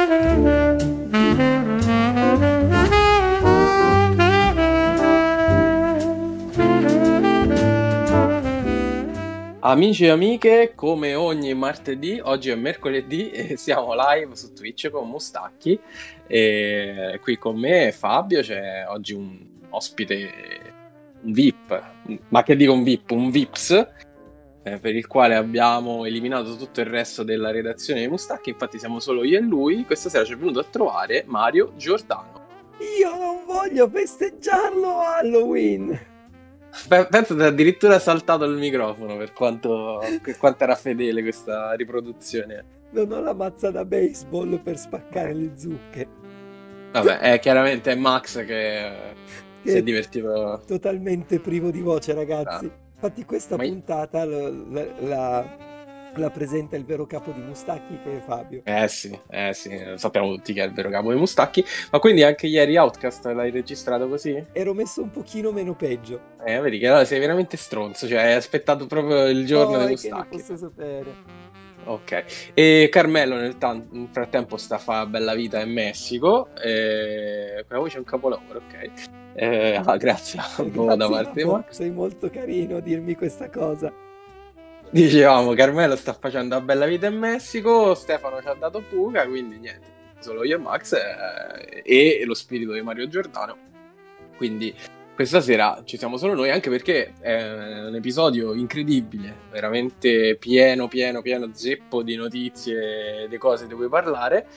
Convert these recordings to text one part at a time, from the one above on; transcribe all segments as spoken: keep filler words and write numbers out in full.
Amici e amiche, come ogni martedì, oggi è mercoledì e siamo live su Twitch con Mustacchi. E qui con me Fabio, c'è oggi un ospite, un V I P, ma che dico un V I P, un Vips, eh, per il quale abbiamo eliminato tutto il resto della redazione di Mustacchi. Infatti siamo solo io e lui. Questa sera ci è venuto a trovare Mario Giordano. Io non voglio festeggiarlo Halloween! Penso che addirittura saltato il microfono per quanto, per quanto era fedele questa riproduzione. Non ho la mazza da baseball per spaccare le zucche. Vabbè, è chiaramente è Max che, Che si è è divertito. totalmente privo di voce, ragazzi. Ah, Infatti questa ma io- puntata l- la, la- la presenta il vero capo di Mustacchi, che è Fabio. Eh sì, eh sì, sappiamo tutti che è il vero capo dei Mustacchi. Ma quindi anche ieri Outcast l'hai registrato così? Ero messo un pochino meno peggio. Eh, vedi che allora sei veramente stronzo, cioè hai aspettato proprio il giorno Oh, dei e che ne Mustacchi. posso sapere? Ok, e Carmelo nel, tan- nel frattempo sta a fare bella vita in Messico, e... quella voce è un capolavoro, ok. Eh, ah, grazie a voi da Grazie, parte di Babbo, Max. sei molto carino a dirmi questa cosa. Dicevamo, Carmelo sta facendo una bella vita in Messico, Stefano ci ha dato buca, quindi niente, solo io e Max eh, e lo spirito di Mario Giordano. Quindi questa sera ci siamo solo noi, anche perché è un episodio incredibile, veramente pieno, pieno, pieno, zeppo di notizie, di cose di cui parlare.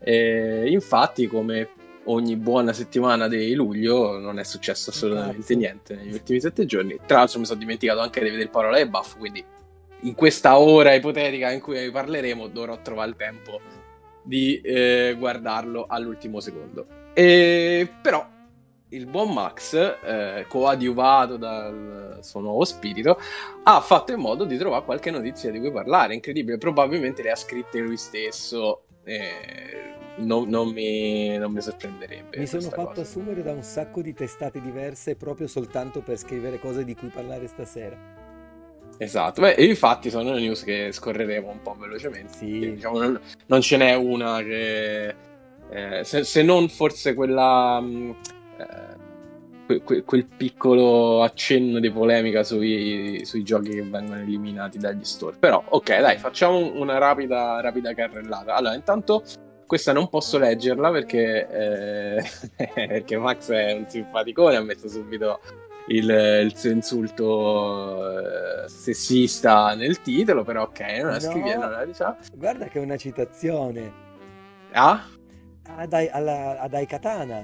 E infatti, come ogni buona settimana di luglio, non è successo assolutamente Cazzo. niente negli ultimi sette giorni. Tra l'altro mi sono dimenticato anche di vedere Parola e Buff, quindi in questa ora ipotetica in cui parleremo dovrò trovare il tempo di eh, guardarlo all'ultimo secondo. E però il buon Max, eh, coadiuvato dal suo nuovo spirito, ha fatto in modo di trovare qualche notizia di cui parlare. Incredibile, probabilmente le ha scritte lui stesso. Eh, non, non, mi, non mi sorprenderebbe Mi sono questa fatto cosa. assumere da un sacco di testate diverse proprio soltanto per scrivere cose di cui parlare stasera. Esatto, beh, e infatti sono news che scorreremo un po' velocemente. Perché, Sì, diciamo, non, non ce n'è una che, eh, se, se non forse quella, mh, eh, que- que- quel piccolo accenno di polemica sui, sui giochi che vengono eliminati dagli store. Però, ok, dai, facciamo una rapida, rapida carrellata. Allora, intanto questa non posso leggerla perché, eh, perché Max è un simpaticone, ha messo subito il, il suo insulto eh, sessista nel titolo, però ok, non la scriviamo, non no, la diciamo. guarda che è una citazione Ah? ad, Ai- alla- ad Aikatana.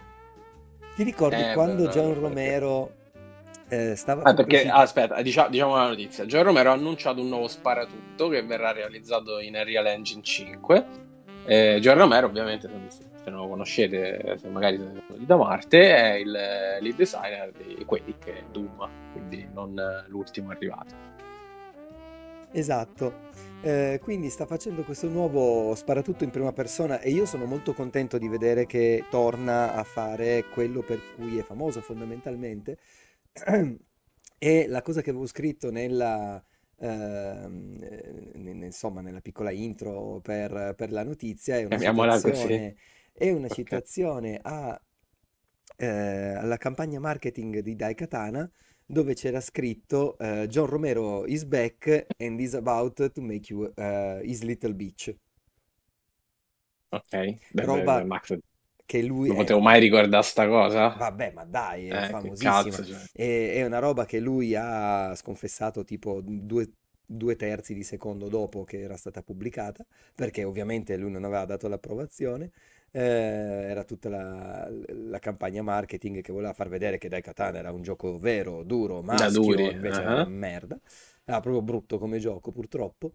Ti ricordi Eh, beh, quando no, John no, perché... Romero eh, stava Ah, per perché, presentare... aspetta, diciamo, diciamo la notizia. John Romero ha annunciato un nuovo sparatutto che verrà realizzato in Unreal Engine cinque. Eh, John Romero, ovviamente, se, se non lo conoscete, se magari siete venuti da Marte, è il lead designer di Quake e Doom, quindi non l'ultimo arrivato. Esatto. Eh, quindi sta facendo questo nuovo sparatutto in prima persona e io sono molto contento di vedere che torna a fare quello per cui è famoso fondamentalmente. E la cosa che avevo scritto nella, ehm, eh, n- insomma, nella piccola intro per, per la notizia è una Chiamiamola così. citazione, è una Ok. citazione a, eh, alla campagna marketing di Daikatana dove c'era scritto eh, John Romero is back and is about to make you eh, his little bitch. Ok, beh, beh, beh, Roba Max, che lui non è... potevo mai ricordare sta cosa. Vabbè, ma dai, è Eh, che famosissima. cazzo, cioè. E- È una roba che lui ha sconfessato tipo due, due terzi di secondo dopo che era stata pubblicata, perché ovviamente lui non aveva dato l'approvazione. Eh, era tutta la, la campagna marketing che voleva far vedere che Daikatana era un gioco vero, duro, Da duri. maschio, invece era una Ah. merda. Era proprio brutto come gioco, purtroppo.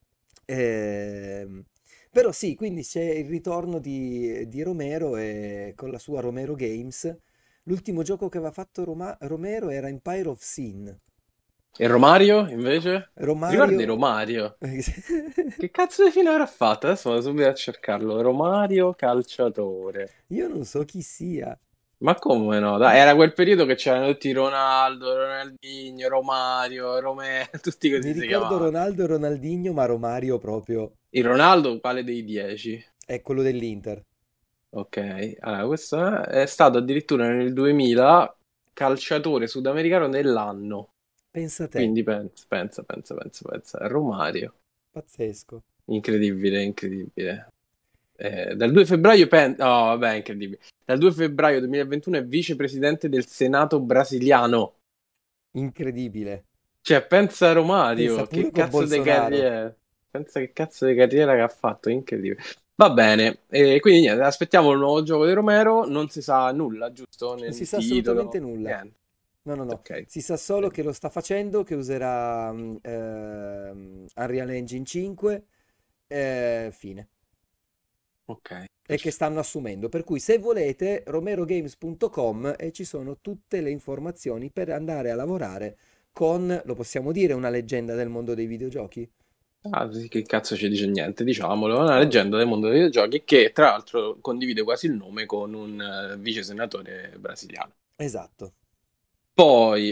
Ehm, Però sì, quindi c'è il ritorno di, di Romero e con la sua Romero Games. L'ultimo gioco che aveva fatto Roma- Romero era Empire of Sin. E Romario, invece? Ricordi Romario... Romario? Che cazzo di fine avrà fatto? Adesso vado subito a cercarlo. Romario calciatore. Io non so chi sia. Ma come no? Dai, era quel periodo che c'erano tutti Ronaldo, Ronaldinho, Romario, Romeo, tutti Mi così si ricordo chiamavano. Ronaldo e Ronaldinho, ma Romario proprio Il Ronaldo, quale dei dieci? è quello dell'Inter. Ok, allora questo è stato addirittura nel duemila calciatore sudamericano dell'anno. Pensa a te, Quindi pensa, pensa, pensa, pensa, pensa. Romario. pazzesco. Incredibile, incredibile. Eh, dal due febbraio, pen- oh, vabbè, incredibile. Dal due febbraio duemilaventuno è vicepresidente del Senato brasiliano. Incredibile. Cioè, pensa a Pensa Romario, pure che con cazzo di Bolsonaro. carriera. Pensa che cazzo di carriera che ha fatto, incredibile. Va bene, e quindi niente, aspettiamo il nuovo gioco di Romero, non si sa nulla, giusto? Non si Nel sa assolutamente titolo, nulla. niente. No, no, no. Ok. Si sa solo che lo sta facendo, che userà mm, ehm, Unreal Engine cinque, eh, fine. Ok, E che perfetto. stanno assumendo. Per cui se volete, romerogames punto com e ci sono tutte le informazioni per andare a lavorare con, lo possiamo dire, una leggenda del mondo dei videogiochi? Ah, sì, che cazzo ci dice niente, diciamolo. È una Vabbè, leggenda del mondo dei videogiochi che, tra l'altro, condivide quasi il nome con un eh, vice senatore brasiliano. esatto. Poi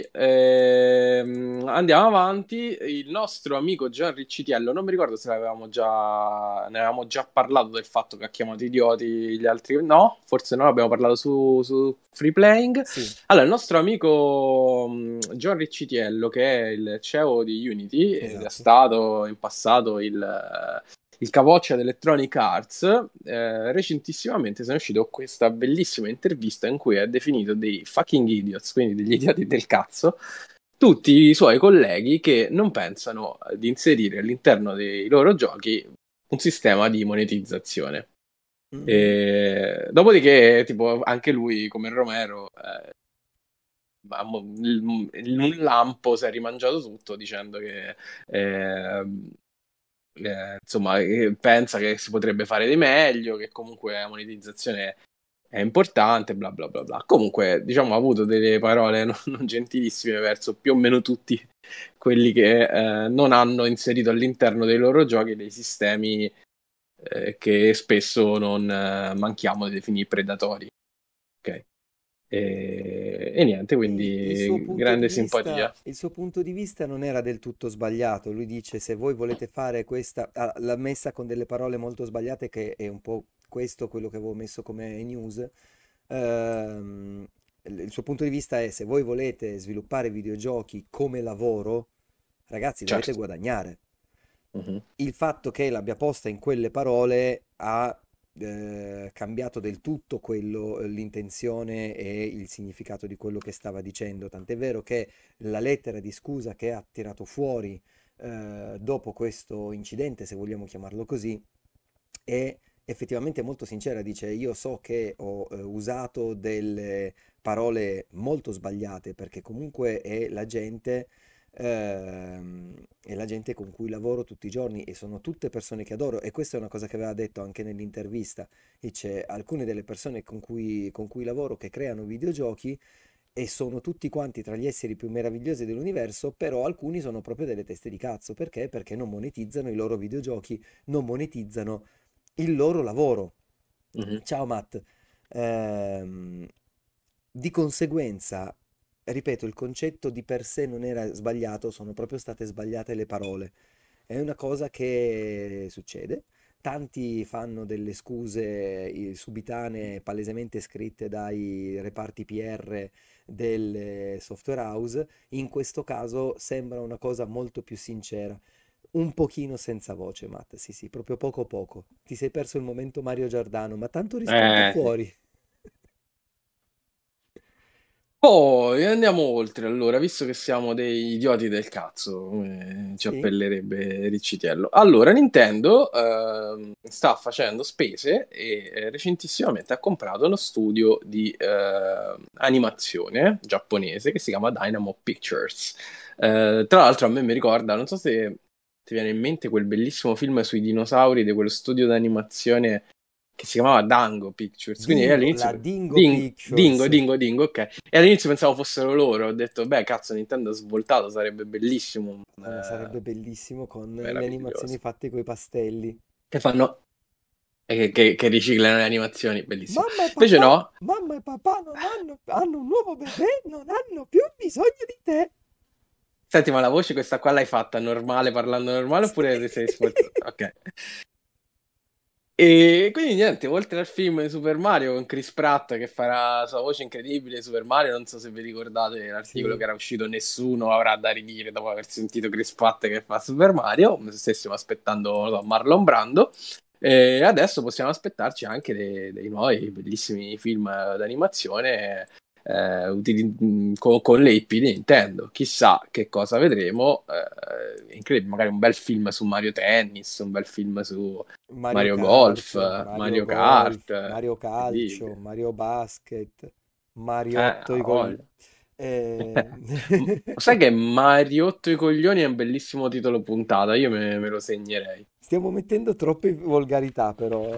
ehm, andiamo avanti. Il nostro amico Gian Riccitiello, non mi ricordo se l'avevamo già, ne avevamo già parlato del fatto che ha chiamato idioti gli altri. No, forse no, abbiamo parlato su, su Free Playing. Sì, Allora, il nostro amico mh, Gian Riccitiello, che è il C E O di Unity ed è esatto. stato in passato il, il capoccia di Electronic Arts, eh, recentissimamente se ne è uscito questa bellissima intervista in cui ha definito dei fucking idiots, quindi degli idioti del cazzo, tutti i suoi colleghi che non pensano di inserire all'interno dei loro giochi un sistema di monetizzazione. Mhm. E dopodiché, tipo, anche lui, come Romero, eh, ma mo- il- in un lampo si è rimangiato tutto dicendo che eh, eh, insomma eh, pensa che si potrebbe fare di meglio, che comunque la monetizzazione è importante, bla bla bla bla. Comunque, diciamo, ha avuto delle parole non, non gentilissime verso più o meno tutti quelli che eh, non hanno inserito all'interno dei loro giochi dei sistemi eh, che spesso non eh, manchiamo di definire predatori. Ok? E, e niente, Sì, il suo quindi punto di grande simpatia. vista, il suo punto di vista non era del tutto sbagliato. Lui dice: se voi volete fare questa, ah, l'ha messa con delle parole molto sbagliate, che è un po' questo quello che avevo messo come news. Ehm, il il suo punto di vista è: se voi volete sviluppare videogiochi come lavoro, ragazzi, dovete Certo. guadagnare. Mhm. Il fatto che l'abbia posta in quelle parole ha eh, cambiato del tutto quello, eh, l'intenzione e il significato di quello che stava dicendo. Tant'è vero che la lettera di scusa che ha tirato fuori eh, dopo questo incidente, se vogliamo chiamarlo così, è effettivamente molto sincera. Dice: io so che ho eh, usato delle parole molto sbagliate, perché comunque è la gente, ehm, è la gente con cui lavoro tutti i giorni e sono tutte persone che adoro. E questa è una cosa che aveva detto anche nell'intervista. Dice: alcune delle persone con cui, con cui lavoro, che creano videogiochi, e sono tutti quanti tra gli esseri più meravigliosi dell'universo, però alcuni sono proprio delle teste di cazzo. Perché? Perché non monetizzano i loro videogiochi, non monetizzano il loro lavoro. Mhm. Ciao Matt. Ehm, di conseguenza, ripeto, il concetto di per sé non era sbagliato, sono proprio state sbagliate le parole. È una cosa che succede. Tanti fanno delle scuse eh, subitanee, palesemente scritte dai reparti P R delle software house. In questo caso sembra una cosa molto più sincera. Un pochino senza voce, Matt, sì, sì, proprio poco poco. Ti sei perso il momento Mario Giordano, ma tanto risponde Eh, sì. fuori. Poi andiamo oltre, allora, visto che siamo dei idioti del cazzo, come ci Sì, appellerebbe Riccitiello. Allora, Nintendo ehm, sta facendo spese e eh, recentissimamente ha comprato uno studio di eh, animazione giapponese che si chiama Dynamo Pictures. Eh, tra l'altro a me mi ricorda, non so se ti viene in mente quel bellissimo film sui dinosauri di quello studio d'animazione che si chiamava Dango Pictures. Quindi io Dingo, all'inizio la Dingo Ding- Dingo, Pictures. Dingo, Dingo, ok. E all'inizio pensavo fossero loro. Ho detto, beh, cazzo, Nintendo ha svoltato, sarebbe bellissimo. Madonna, Eh, sarebbe bellissimo con le animazioni meraviglioso. fatte coi pastelli. Che fanno. E che, che- che riciclano le animazioni, bellissimo. Mamma e Invece papà, no. mamma e papà non hanno, hanno un nuovo bebè, non hanno più bisogno di te. Senti, ma la voce questa qua l'hai fatta normale, parlando normale, Sì. oppure ti sei sforzato? Ok. E quindi niente, oltre al film di Super Mario con Chris Pratt che farà la sua voce incredibile, Super Mario, non so se vi ricordate l'articolo che Sì, era uscito, nessuno avrà da ridire dopo aver sentito Chris Pratt che fa Super Mario, stessimo aspettando non so, Marlon Brando, e adesso possiamo aspettarci anche dei, dei nuovi bellissimi film d'animazione eh, utili- con, con le I P di Nintendo. Chissà che cosa vedremo, eh, incredibile, magari un bel film su Mario Tennis, un bel film su Mario Mario Golf, Kart, Mario Mario Kart, Golf, Mario Calcio, incredibile. Mario Basket, Eh, Mariotto ha i col... voglia. eh, M- Sai che Mariotto i coglioni è un bellissimo titolo puntata, io me, me lo segnerei. Stiamo mettendo troppe volgarità però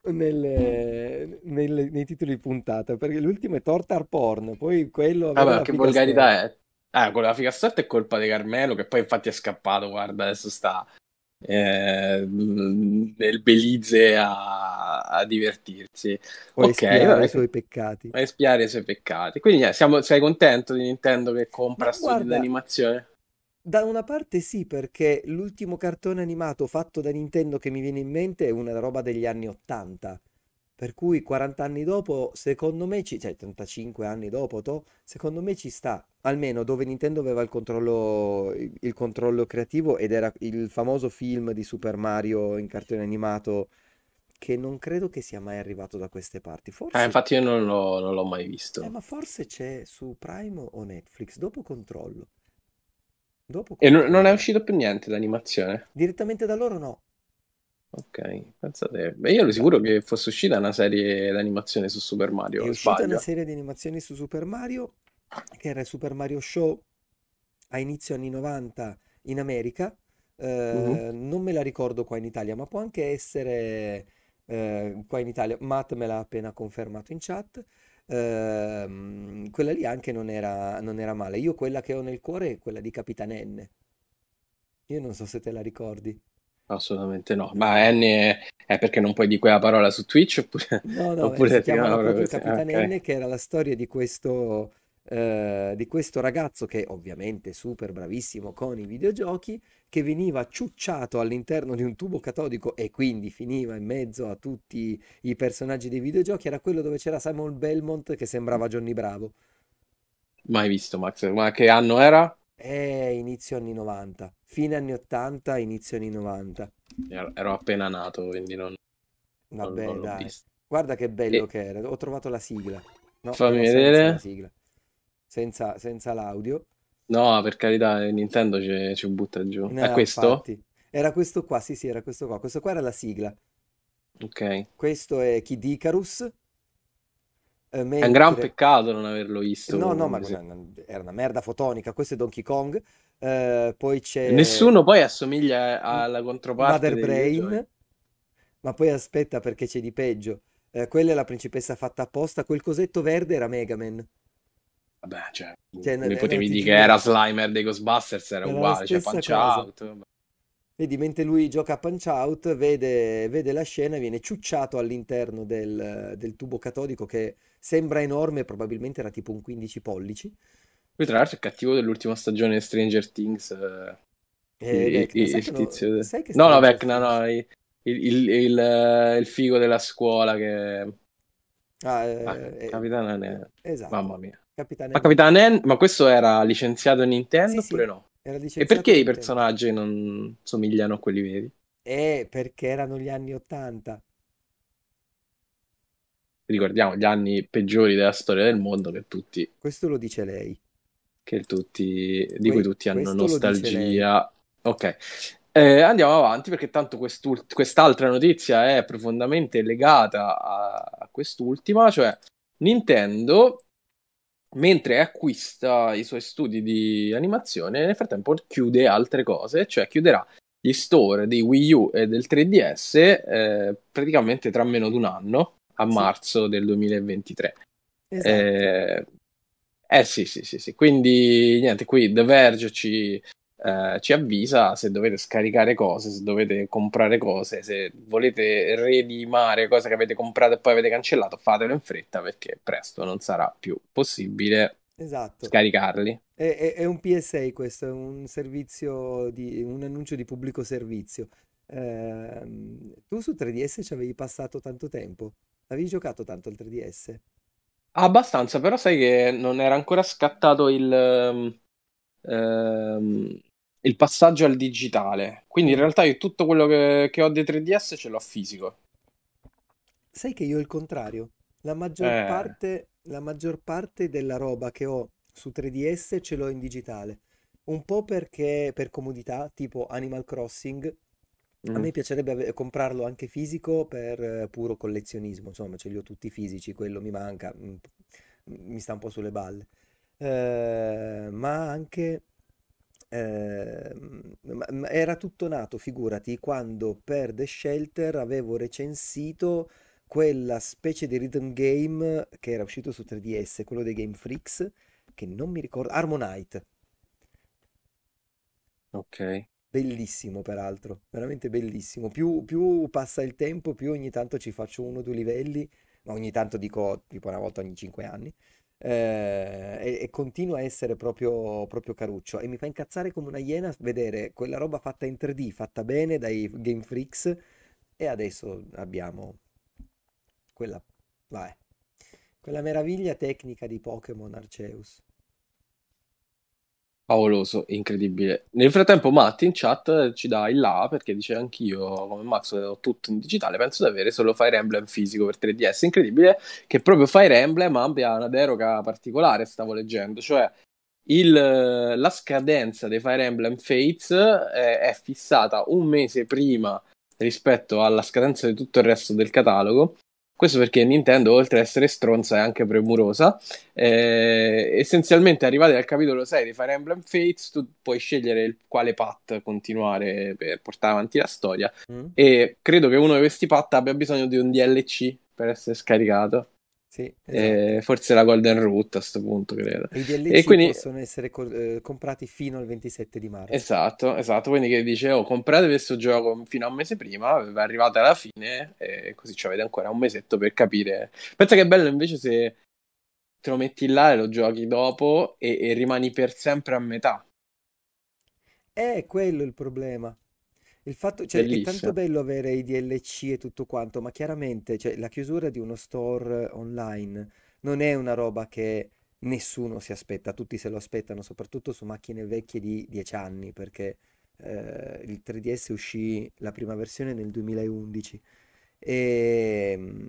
nelle- nelle- nei titoli di puntata, perché l'ultimo è Tortar Porn, poi quello avere Vabbè, la che figa storta. volgarità è? Eh, quella figa storta è colpa di Carmelo, che poi infatti è scappato, guarda, adesso sta eh, nel Belize a, a divertirsi. O Ok, espiare i vabbè, suoi che- peccati. a espiare i suoi peccati. Quindi eh, siamo- sei contento di Nintendo che Ma compra studi guarda, d'animazione? da una parte sì, perché l'ultimo cartone animato fatto da Nintendo che mi viene in mente è una roba degli anni ottanta. Per cui quaranta anni dopo, secondo me, ci, cioè trentacinque anni dopo, toh, secondo me ci sta. Almeno dove Nintendo aveva il controllo, il il controllo creativo ed era il famoso film di Super Mario in cartone animato che non credo che sia mai arrivato da queste parti. Eh, Forse, infatti io non l'ho non l'ho mai eh, visto. ma forse c'è su Prime o Netflix. Dopo controllo. Dopo E non, non è controllo. uscito più niente d'animazione? Direttamente da loro no. Ok, pensate. Beh, io ero Da- sicuro che fosse uscita una serie d'animazione su Super È Mario, uscita una sbaglio. serie di animazioni su Super Mario, che era il Super Mario Show a inizio anni novanta in America. Mhm. Eh, non me la ricordo qua in Italia, ma può anche essere eh, qua in Italia. Matt me l'ha appena confermato in chat. Ehm, quella lì anche non era, non era male. Io quella che ho nel cuore è quella di Capitan N. Io non so se te la ricordi. Assolutamente no. Ma N No. è, è perché non puoi dire quella parola su Twitch oppure, No, no, eh, si oppure si chiama chiamava proprio proprio così? Ah, Capitan ok. N, che era la storia di questo, eh, di questo ragazzo che ovviamente super bravissimo con i videogiochi, che veniva ciucciato all'interno di un tubo catodico e quindi finiva in mezzo a tutti i personaggi dei videogiochi. Era quello dove c'era Simon Belmont che sembrava Johnny Bravo. Mai visto, Max. Ma che anno era? È inizio anni novanta, fine anni ottanta, inizio anni novanta. Ero ero appena nato, quindi non, non- non Vabbè, l'ho dai. visto. Guarda che bello E che era. Ho trovato la sigla. No, fammi però senza la vedere. sigla. Senza, senza l'audio. No, per carità, Nintendo ci, ci butta giù. È No, questo? infatti. Era questo qua, sì, sì, era questo qua. Questo qua era la sigla. Ok. È Questo è Kid Icarus, eh, un gran mentre... peccato non averlo No, visto no, ma come se- una- una- era una merda fotonica. Questo è Donkey Kong. Eh, poi c'è Nessuno poi assomiglia M- alla controparte Mother dei videogiochi. Brain. Ma poi aspetta perché c'è di peggio. Eh, quella è la principessa fatta apposta. Quel cosetto verde era Mega Man. Vabbè, cioè, Cioè, no, mi no, potevi ti dire che giuro, era Slimer dei Ghostbusters, era era la uguale, cioè stessa Punch cosa. Out. Vedi, mentre lui gioca a Punch Out, vede, vede la scena e viene ciucciato all'interno del, del tubo catodico che sembra enorme, probabilmente era tipo un quindici pollici. Lui tra l'altro è cattivo dell'ultima stagione di Stranger Things, eh, E il, Vecna, il- sai che, il no, tizio... de- sai che No, no, Stranger Vecna, Things? no, il, il, il- il, il figo della scuola che... Ah, Ah, eh, eh, Capitano eh, N. esatto, Mamma mia. Capitano Ma N. Capitano N, ma questo era licenziato in Sì, Nintendo sì, oppure no? era E licenziato perché in i Nintendo. personaggi non somigliano a quelli veri? E perché erano gli anni ottanta. Ricordiamo gli anni peggiori della storia del mondo che tutti, Questo lo dice lei. che tutti, di cui Que- tutti hanno questo lo dice lei. nostalgia. Ok. Eh, andiamo avanti perché tanto quest'ult- quest'altra notizia è profondamente legata a, a quest'ultima, cioè Nintendo, mentre acquista i suoi studi di animazione, nel frattempo chiude altre cose, cioè chiuderà gli store di Wii U e del tre D S eh, praticamente tra meno di un anno, a Sì, marzo del duemilaventitré. esatto. Eh, eh sì, sì, sì, sì. Quindi niente, qui The Verge ci, eh, ci avvisa se dovete scaricare cose, se dovete comprare cose, se volete redimare cose che avete comprato e poi avete cancellato, fatelo in fretta perché presto non sarà più possibile Esatto. scaricarli. È, è- è un P S A questo, è un servizio di, un annuncio di pubblico servizio. Ehm, tu su tre D S ci avevi passato tanto tempo? Avevi giocato tanto al tre D S? Abbastanza, però sai che non era ancora scattato il, ehm, ehm, il passaggio al digitale. Quindi in Mm. realtà io tutto quello che, che ho dei tre D S ce l'ho fisico. Sai che io il contrario, la maggior Eh, parte, la maggior parte della roba che ho su tre D S ce l'ho in digitale. Un po' perché per comodità, tipo Animal Crossing, a mm, me piacerebbe ave- comprarlo anche fisico per eh, puro collezionismo, insomma, ce li ho tutti fisici, quello mi manca, mm, mi sta un po' sulle balle. Eh, ma anche ehm, ma- ma era tutto nato, figurati, quando per The Shelter avevo recensito quella specie di rhythm game che era uscito su tre D S, quello dei Game Freaks, che non mi ricordo, Harmonite. ok. Bellissimo, peraltro, veramente bellissimo. Più, più passa il tempo, più ogni tanto ci faccio uno o due livelli, ma ogni tanto dico tipo una volta ogni cinque anni, eh, e, e continua a essere proprio, proprio caruccio. E mi fa incazzare come una iena vedere quella roba fatta in tre D, fatta bene dai Game Freaks, e adesso abbiamo quella, vai, quella meraviglia tecnica di Pokémon Arceus. Favoloso, incredibile. Nel frattempo, Matt in chat ci dà il là perché dice anch'io, come Max, ho tutto in digitale. Penso di avere solo Fire Emblem fisico per tre D S. Incredibile che proprio Fire Emblem abbia una deroga particolare, stavo leggendo, cioè il- la scadenza dei Fire Emblem Fates è, è fissata un mese prima rispetto alla scadenza di tutto il resto del catalogo. Questo perché Nintendo, oltre ad essere stronza, è anche premurosa. Eh, essenzialmente, arrivati al capitolo sei di Fire Emblem Fates, tu puoi scegliere il, quale path continuare per portare avanti la storia. Mm? E credo che uno di questi path abbia bisogno di un D L C per essere scaricato. Sì, Eh, esatto. forse la Golden Route a questo punto, credo. E i E D L C quindi possono essere co- eh, comprati fino al ventisette di marzo. esatto, esatto, quindi che dice, oh, comprate questo gioco fino a un mese prima, arrivate alla fine e così ci avete ancora un mesetto per capire. Pensa che bello invece se te lo metti là e lo giochi dopo e, e rimani per sempre a metà. È quello il problema. Il fatto, cioè, è tanto Bellissimo. bello avere i D L C e tutto quanto, ma chiaramente, cioè, la chiusura di uno store online non è una roba che nessuno si aspetta, tutti se lo aspettano, soprattutto su macchine vecchie di dieci anni, perché eh, il tre D S uscì la prima versione nel duemilaundici. E,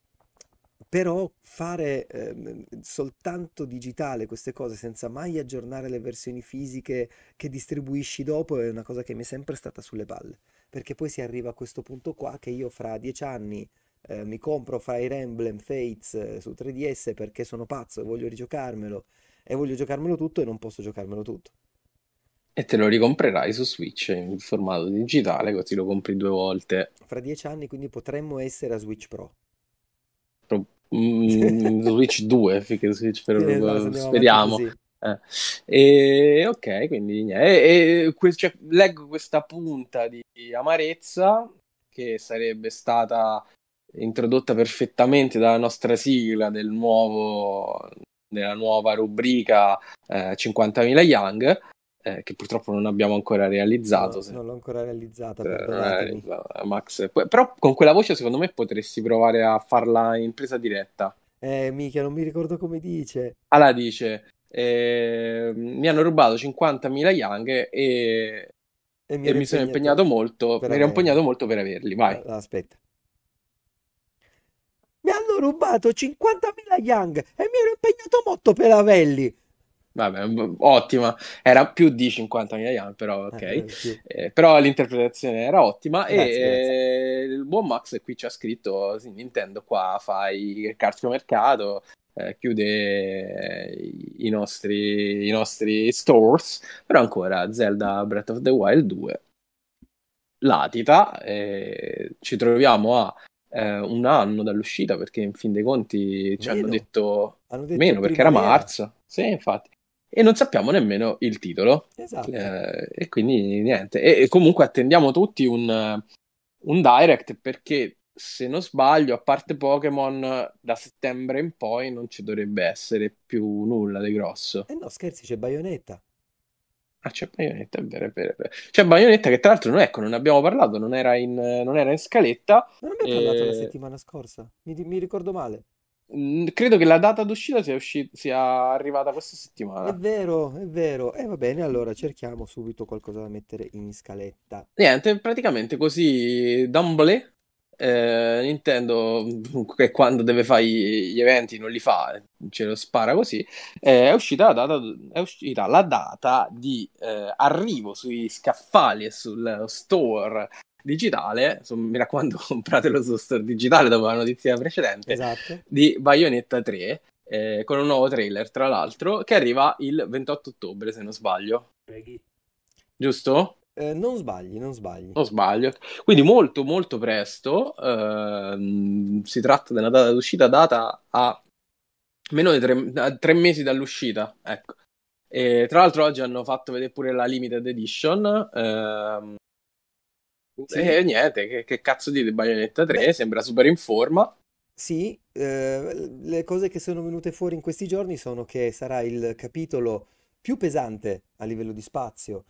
però fare ehm, soltanto digitale queste cose senza mai aggiornare le versioni fisiche che distribuisci dopo è una cosa che mi è sempre stata sulle palle, perché poi si arriva a questo punto qua che io fra dieci anni eh, mi compro Fire Emblem Fates eh, su tre D S perché sono pazzo e voglio rigiocarmelo e voglio giocarmelo tutto e non posso giocarmelo tutto. E te lo ricomprerai su Switch in formato digitale, così lo compri due volte. Fra dieci anni quindi potremmo essere a Switch Pro. Pro- mm, Switch due, finché Switch Sì, esatto, se per- andiamo avanti speriamo. così. Eh. E, ok, quindi niente. E, e que- cioè, leggo questa punta di amarezza che sarebbe stata introdotta perfettamente dalla nostra sigla del nuovo, della nuova rubrica eh, cinquantamila Young, eh, che purtroppo non abbiamo ancora realizzato. No, Se non l'ho ancora realizzata, eh, non è perdonatemi. realizzata, Max. Poi- Però con quella voce secondo me potresti provare a farla in presa diretta. Eh, mica, non mi ricordo come dice. Allora dice, eh, mi hanno rubato cinquantamila Young e, E mi e ero mi sono impegnato impegnato molto, per mi ero impegnato averli. molto per averli. Vai. Ah, aspetta. Mi hanno rubato cinquantamila Young e mi ero impegnato molto per averli. Vabbè, b- ottima. Era più di cinquantamila Young, però Eh, ok. eh, più. Eh, però l'interpretazione era ottima e Grazie, grazie. eh, il buon Max qui ci ha scritto, sì, Nintendo qua fa il calciomercato, eh, chiude eh, i, i nostri, i nostri stores, però ancora Zelda Breath of the Wild due latita, e ci troviamo a eh, un anno dall'uscita perché in fin dei conti ci hanno Meno. detto Hanno detto meno perché era primavera. marzo. Sì, infatti. e non sappiamo nemmeno il titolo. Esatto. Eh, e quindi niente. E, e comunque attendiamo tutti un, un Direct perché, se non sbaglio, a parte Pokémon, da settembre in poi non ci dovrebbe essere più nulla di grosso. E no, scherzi, c'è Bayonetta. Ah, c'è Bayonetta, è vero, è vero, è vero. C'è Bayonetta che tra l'altro non, ecco, non abbiamo parlato, non era in, non era in scaletta. Non abbiamo parlato la eh, settimana scorsa. Mi, mi ricordo male. mh, credo che la data d'uscita sia, usci- sia arrivata questa È settimana. vero, è vero. E va bene, allora cerchiamo subito qualcosa da mettere in scaletta. Niente, praticamente così Dumble, eh, Nintendo, che quando deve fare gli eventi non li fa, ce lo spara così, eh, è uscita la data, è uscita la data di eh, arrivo sui scaffali e sul store digitale, insomma, mi raccomando, compratelo sullo store digitale dopo la notizia precedente, Esatto. di Bayonetta tre, eh, con un nuovo trailer, tra l'altro, che arriva il ventotto ottobre, se non sbaglio, Preghi. giusto? Eh, non sbagli, non sbagli. O sbaglio? Quindi molto molto presto, ehm, si tratta di una data d'uscita data a meno di tre, a tre mesi dall'uscita, ecco. E tra l'altro oggi hanno fatto vedere pure la limited edition, ehm, Sì? e niente, che, che cazzo dite Bayonetta Beh, tre, sembra super in forma. sì, eh, le cose che sono venute fuori in questi giorni sono che sarà il capitolo più pesante a livello di spazio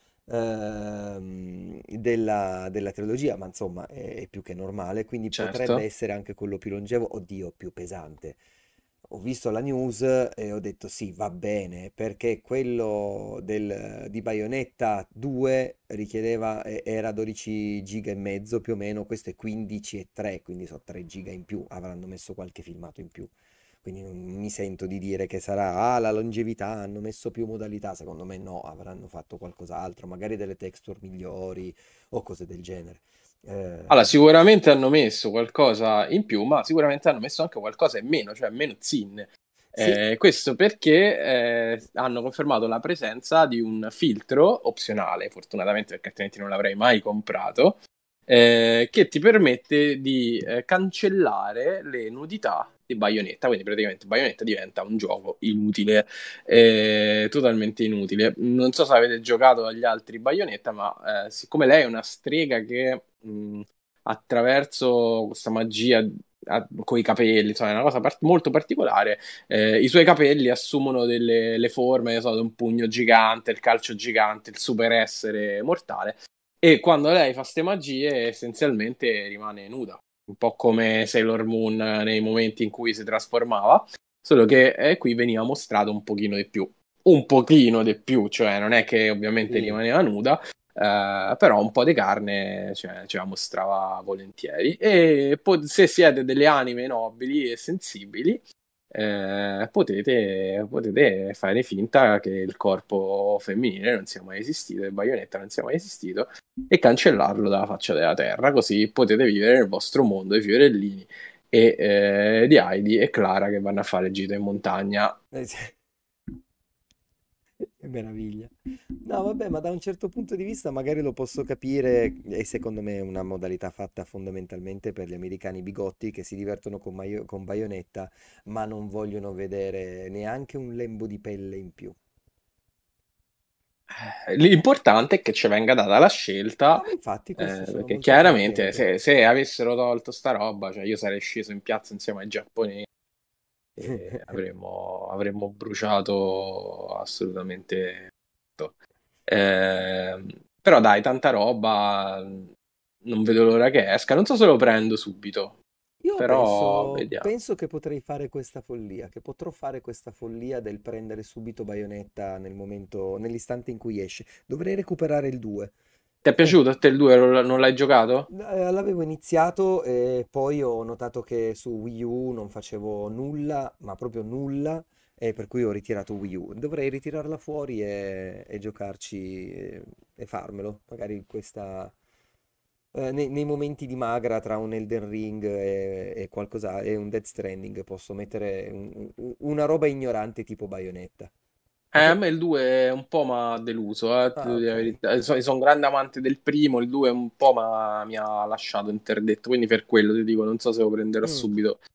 ehm, della, della trilogia, ma insomma è, è più che normale, quindi potrebbe Certo. essere anche quello più longevo, oddio, più pesante. Ho visto la news e ho detto sì, va bene, perché quello del- di Bayonetta due richiedeva, e- era dodici giga e mezzo più o meno, questo è quindici e tre, quindi sono tre giga in più, avranno messo qualche filmato in più. Quindi non mi sento di dire che sarà, ah, la longevità, hanno messo più modalità, secondo me no, avranno fatto qualcos'altro, magari delle texture migliori o cose del genere. Allora, Eh, sicuramente hanno messo qualcosa in più, ma sicuramente hanno messo anche qualcosa in meno, cioè meno zin. sì, Eh, questo perché eh, hanno confermato la presenza di un filtro opzionale, fortunatamente perché altrimenti non l'avrei mai comprato, eh, che ti permette di eh, cancellare le nudità di Bayonetta. Quindi praticamente Bayonetta diventa un gioco inutile, eh, totalmente inutile. Non so se avete giocato agli altri Bayonetta, ma eh, siccome lei è una strega che mh, attraverso questa magia con i capelli, insomma, è una cosa part- molto particolare. Eh, I suoi capelli assumono delle le forme, ne so, di un pugno gigante, il calcio gigante, il super essere mortale. E quando lei fa ste magie, essenzialmente rimane nuda, un po' come Sailor Moon nei momenti in cui si trasformava, solo che eh, qui veniva mostrato un pochino di più. Un pochino di più, cioè non è che ovviamente sì. rimaneva nuda, eh, però un po' di carne cioè, ce la mostrava volentieri. E po- se siete delle anime nobili e sensibili, eh, potete, potete fare finta che il corpo femminile non sia mai esistito, il Bayonetta non sia mai esistito, e cancellarlo dalla faccia della terra, così potete vivere nel vostro mondo di fiorellini e eh, di Heidi e Clara che vanno a fare gite in montagna. Eh, sì. Che meraviglia. No, vabbè, ma da un certo punto di vista magari lo posso capire, e secondo me è una modalità fatta fondamentalmente per gli americani bigotti che si divertono con, Maio- con Bayonetta, ma non vogliono vedere neanche un lembo di pelle in più. Eh, L'importante è che ci venga data la scelta, No, ma infatti questo eh, sono perché molto chiaramente contento. se, se avessero tolto sta roba, cioè io sarei sceso in piazza insieme ai giapponesi e avremmo, avremmo bruciato assolutamente tutto. Eh, Però dai, tanta roba, non vedo l'ora che esca. Non so se lo prendo subito, Io però penso, vediamo. penso che potrei fare questa follia, che potrò fare questa follia del prendere subito Bayonetta nel momento, nell'istante in cui esce. Dovrei recuperare il due. Ti è piaciuto a te il due? Non l'hai giocato? Eh, L'avevo iniziato e poi ho notato che su Wii U non facevo nulla, ma proprio nulla, e per cui ho ritirato Wii U. Dovrei ritirarla fuori e, e giocarci e, e farmelo, magari questa, eh, nei, nei momenti di magra tra un Elden Ring e, e qualcosa, e un Death Stranding posso mettere un- un- una roba ignorante tipo Bayonetta. Eh, A a te? me il due è un po' mi ha deluso, eh, ti Ah, devo dire ok. la verità. So- Sono un grande amante del primo, il due un po' m'ha- mi ha lasciato interdetto, quindi per quello ti dico, non so se lo prenderò Mm. subito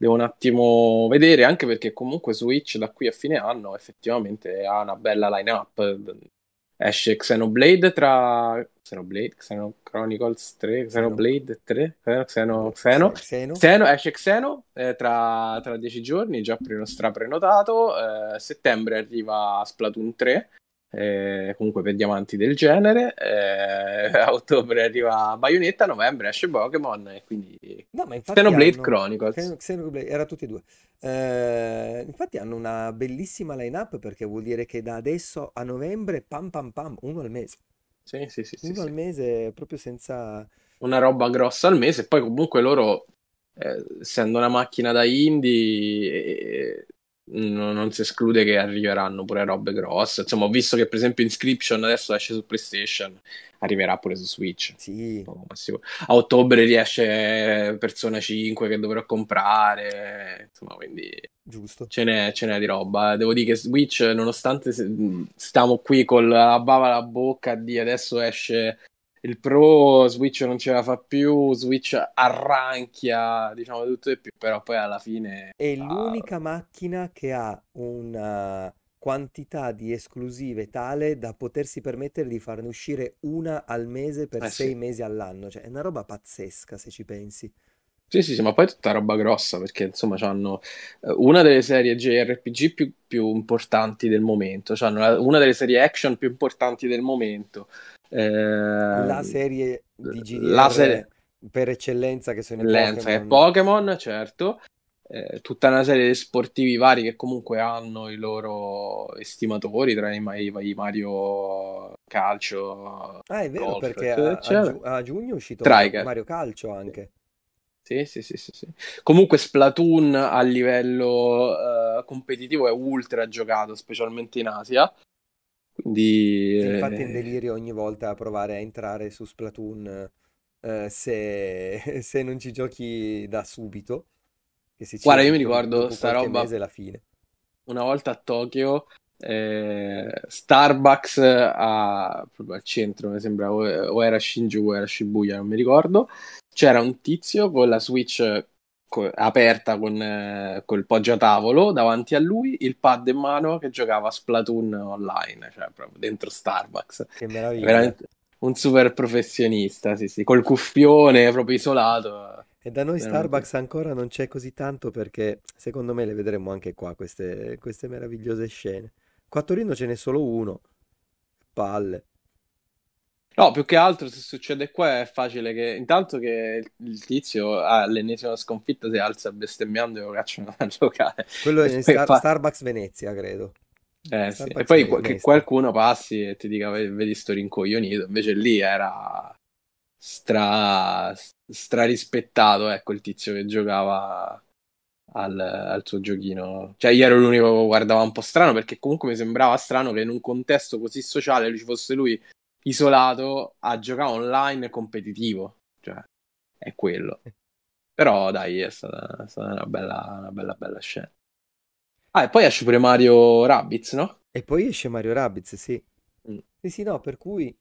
devo un attimo vedere, anche perché comunque Switch da qui a fine anno effettivamente ha una bella line-up. Esce Xenoblade tra Xenoblade, Xeno Chronicles tre, Xeno, Xenoblade tre, Xeno, Xeno, boh, Xeno, Xe- Xeno. Xeno- esce Xeno eh, tra, tra dieci giorni, già pre- straprenotato. Eh, a settembre arriva Splatoon tre, eh, comunque per diamanti del genere. Eh, a ottobre arriva Bayonetta, a novembre esce Pokémon e quindi No, ma infatti Xenoblade hanno... Chronicles. Xeno- Xenoblade, era tutti e due. Eh, infatti hanno una bellissima line-up perché vuol dire che da adesso a novembre, pam pam pam, uno al mese. Sì, sì, sì, sì, Uno al sì. mese proprio senza... Una roba grossa al mese. E poi comunque loro, eh, essendo una macchina da indie, eh, non, non si esclude che arriveranno pure robe grosse. Insomma, ho visto che per esempio Inscription adesso esce su PlayStation, arriverà pure su Switch. Sì, Poco ma sicuro. A ottobre riesce Persona cinque che dovrò comprare. Insomma, quindi giusto. ce n'è, ce n'è di roba. Devo dire che Switch, nonostante se- stiamo qui con la bava alla bocca di adesso esce il Pro, Switch non ce la fa più, Switch arranchia, diciamo tutto e più, però poi alla fine È ah, l'unica macchina che ha una quantità di esclusive tale da potersi permettere di farne uscire una al mese per eh sei sì. mesi all'anno. Cioè, è una roba pazzesca se ci pensi. Sì, sì, sì, ma poi è tutta roba grossa perché insomma hanno una delle serie J R P G più, più importanti del momento, c'hanno una delle serie action più importanti del momento, La eh, serie di la G D R serie per eccellenza che sono i Lenza è Pokémon. Pokémon, certo, eh, tutta una serie di sportivi vari che comunque hanno i loro estimatori tra i, ma- i- i Mario Calcio, Ah, è vero, Golf, perché eccetera, a, a eccetera. giu- a giugno è uscito Mario, Striker. Mario Calcio anche. Sì, sì, sì, sì, sì. Comunque Splatoon a livello eh, competitivo è ultra giocato, specialmente in Asia. Quindi, Sì, infatti è un eh, delirio ogni volta a provare a entrare su Splatoon eh, se, se non ci giochi da subito, che se ci guarda, io mi entri dopo, ricordo dopo sta qualche roba mese è la fine. una volta a Tokyo, eh, Starbucks a, proprio al centro, mi sembra, o, o era Shinjuku o era Shibuya, non mi ricordo. C'era un tizio con la Switch co- aperta con eh, col poggiatavolo davanti a lui, il pad in mano che giocava a Splatoon online, cioè proprio dentro Starbucks. Che meraviglia. Veramente un super professionista, sì, sì, col cuffione proprio isolato. E da noi Veramente. Starbucks ancora non c'è così tanto perché secondo me le vedremo anche qua, queste, queste meravigliose scene. Qua a Torino ce n'è solo uno. Palle. No, più che altro se succede qua è facile che intanto che il il tizio all'ennesima sconfitta si alza bestemmiando e lo cacciano a giocare. Quello E è poi, Star- fa- Starbucks Venezia, credo. eh, sì. E Starbucks poi Me- qu- che Mestre. qualcuno passi e ti dica "Ve- vedi sto rincoglionito", invece lì era stra, stra rispettato, ecco, il tizio che giocava al, al suo giochino. Cioè, io ero l'unico che guardava un po' strano perché comunque mi sembrava strano che in un contesto così sociale ci fosse lui isolato a giocare online competitivo. Cioè, è quello. Però dai, è stata, è stata una bella, una bella, bella scena. Ah, e poi esce pure Mario Rabbids, no? E poi esce Mario Rabbids, sì. Mm. Sì, sì, no, per cui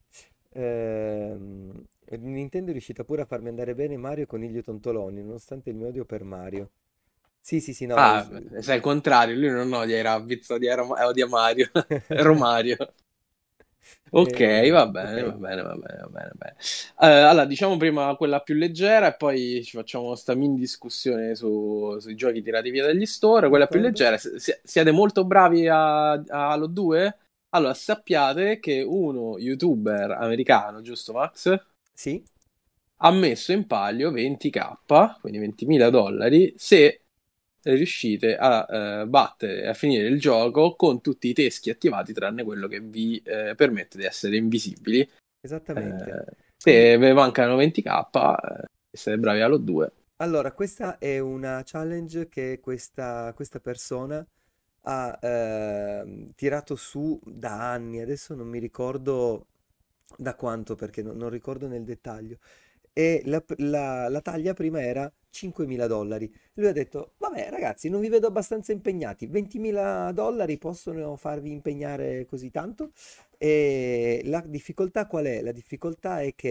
ehm, Nintendo è riuscita pure a farmi andare bene Mario Coniglio Tontoloni, nonostante il mio odio per Mario. Sì, sì, sì, no. Ah, s- beh, sai, il contrario, lui non odia i Rabbids, odia, Rom- odia Mario. Romario. Ok, Eh, va bene, va ok, bene, va bene, va bene, va bene. Eh, allora, diciamo prima quella più leggera e poi ci facciamo questa mini discussione su- sui giochi tirati via dagli store. Quella più d'accordo. leggera, se- se- siete molto bravi a, a Halo due? Allora, sappiate che uno youtuber americano, giusto Max? Sì, Ha messo in palio venti k, quindi ventimila dollari, se riuscite a eh, battere, a finire il gioco con tutti i teschi attivati, tranne quello che vi eh, permette di essere invisibili. esattamente. Eh, Quindi, se vi mancano venti k, eh, e siete bravi allo due. allora, questa è una challenge che questa, questa persona ha ehm, tirato su da anni, adesso non mi ricordo da quanto perché non, non ricordo nel dettaglio. E la, la- la taglia prima era cinquemila dollari. Lui ha detto, vabbè ragazzi, non vi vedo abbastanza impegnati, ventimila dollari possono farvi impegnare così tanto? E la difficoltà qual è? La difficoltà è che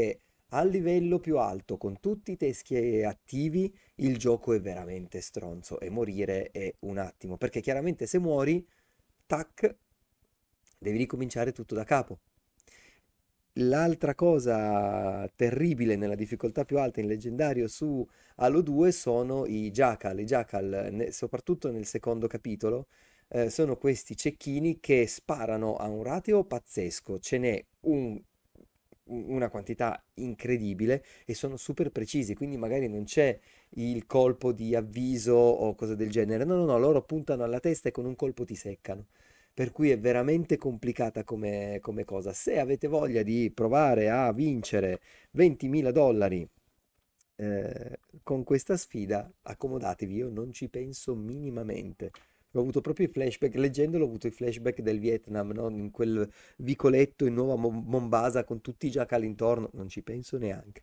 a livello più alto, con tutti i teschi attivi, il gioco è veramente stronzo e morire è un attimo, perché chiaramente se muori, tac, devi ricominciare tutto da capo. L'altra cosa terribile nella difficoltà più alta in leggendario su Halo due sono i Jackal. I Jackal, ne- soprattutto nel secondo capitolo, eh, sono questi cecchini che sparano a un ratio pazzesco. Ce n'è un- una quantità incredibile e sono super precisi, quindi magari non c'è il colpo di avviso o cose del genere. No, no, no, loro puntano alla testa e con un colpo ti seccano. Per cui è veramente complicata come, come cosa. Se avete voglia di provare a vincere ventimila dollari eh, con questa sfida, accomodatevi, io non ci penso minimamente. Ho avuto proprio i flashback, leggendolo ho avuto i flashback del Vietnam, no? In quel vicoletto in Nuova Mo- Mombasa con tutti i giacali intorno, non ci penso neanche.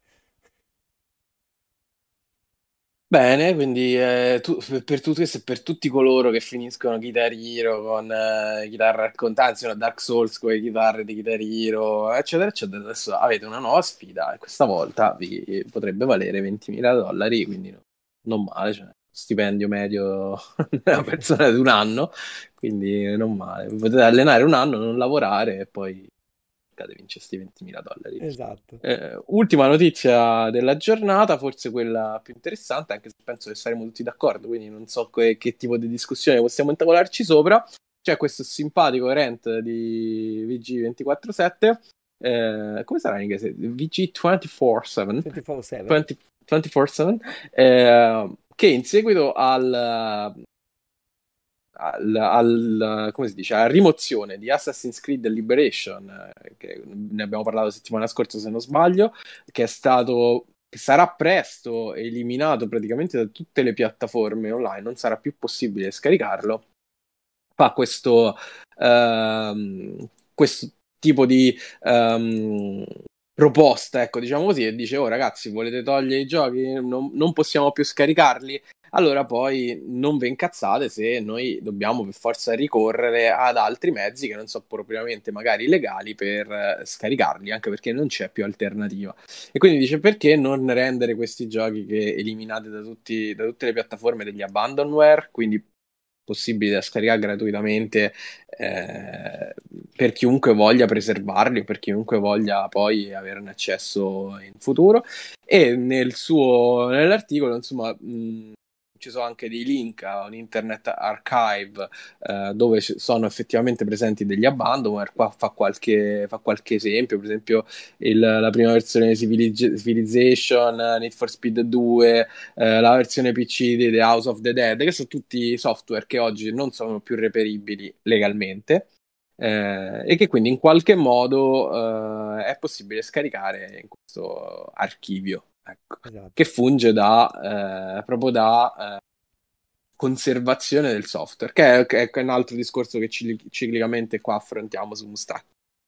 Bene, quindi eh, tu- per, per tutti questi- per tutti coloro che finiscono Guitar Hero con eh, chitarra raccontata, anzi, no, Dark Souls con le chitarre di Guitar Hero, eccetera, eccetera, adesso avete una nuova sfida e questa volta vi potrebbe valere ventimila dollari, quindi no- non male, cioè, stipendio medio della persona di un anno, quindi non male. Potete allenare un anno, non lavorare e poi cercate di vincere questi ventimila dollari. Esatto. Eh, ultima notizia della giornata, forse quella più interessante, anche se penso che saremo tutti d'accordo, quindi non so que- che tipo di discussione possiamo intavolarci sopra. C'è questo simpatico rant di V G ventiquattro sette, eh, come sarà in inglese? V G ventiquattro sette? ventiquattro sette? venti ventiquattro sette, eh, che in seguito al, al, al- come si dice, alla rimozione di Assassin's Creed Liberation, eh, che ne abbiamo parlato settimana scorsa se non sbaglio, che è stato, che sarà presto eliminato praticamente da tutte le piattaforme online, non sarà più possibile scaricarlo, fa questo, ehm, questo tipo di ehm, proposta, ecco, diciamo così, e dice, oh ragazzi, volete togliere i giochi? Non, non possiamo più scaricarli? Allora poi non vi incazzate se noi dobbiamo per forza ricorrere ad altri mezzi che non sono propriamente magari legali per eh, scaricarli, anche perché non c'è più alternativa. E quindi dice perché non rendere questi giochi che eliminate da, tutti, da tutte le piattaforme degli abandonware, quindi possibili da scaricare gratuitamente eh, per chiunque voglia preservarli o per chiunque voglia poi averne accesso in futuro. E nel suo, nell'articolo, insomma, mh, ci sono anche dei link a un internet archive eh, dove ci sono effettivamente presenti degli abandonware. Qua fa qualche, fa qualche esempio, per esempio il- la prima versione di Civiliz- Civilization, eh, Need for Speed due, eh, la versione P C di The House of the Dead, che sono tutti software che oggi non sono più reperibili legalmente, eh, e che quindi in qualche modo eh, è possibile scaricare in questo archivio, ecco, che Esatto. funge da, eh, proprio da eh, conservazione del software, che è, che è un altro discorso che cicli- ciclicamente qua affrontiamo su Mustache.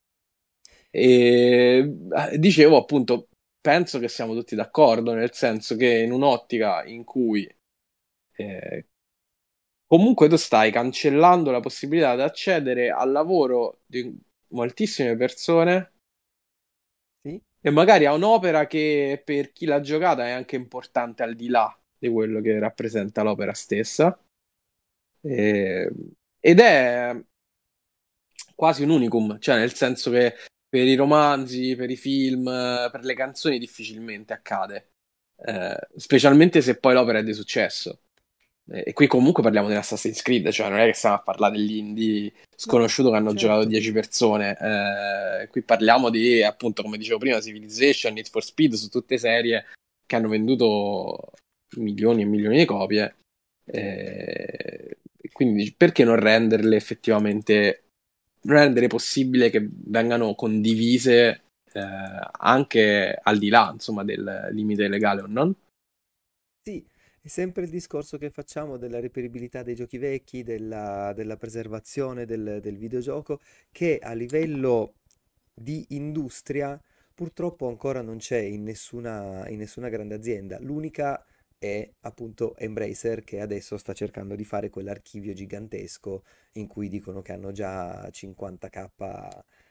E eh, dicevo appunto, penso che siamo tutti d'accordo, nel senso che in un'ottica in cui eh, comunque tu stai cancellando la possibilità di accedere al lavoro di moltissime persone Sì? e magari a un'opera che per chi l'ha giocata è anche importante al di là di quello che rappresenta l'opera stessa. E- ed è quasi un unicum, cioè nel senso che per i romanzi, per i film, per le canzoni difficilmente accade. Eh, specialmente se poi l'opera è di successo. Eh, E qui comunque parliamo di Assassin's Creed, cioè non è che stiamo a parlare dell'indie No, sconosciuto che hanno giocato certo. dieci persone. Eh, qui parliamo di, appunto, come dicevo prima, Civilization, Need for Speed, su tutte serie che hanno venduto milioni e milioni di copie. Eh, e quindi dici, perché non renderle effettivamente, rendere possibile che vengano condivise eh, anche al di là, insomma, del limite legale o non? Sì, è sempre il discorso che facciamo della reperibilità dei giochi vecchi, della, della preservazione del, del videogioco, che a livello di industria purtroppo ancora non c'è in nessuna, in nessuna grande azienda. L'unica è appunto Embracer che adesso sta cercando di fare quell'archivio gigantesco in cui dicono che hanno già cinquanta k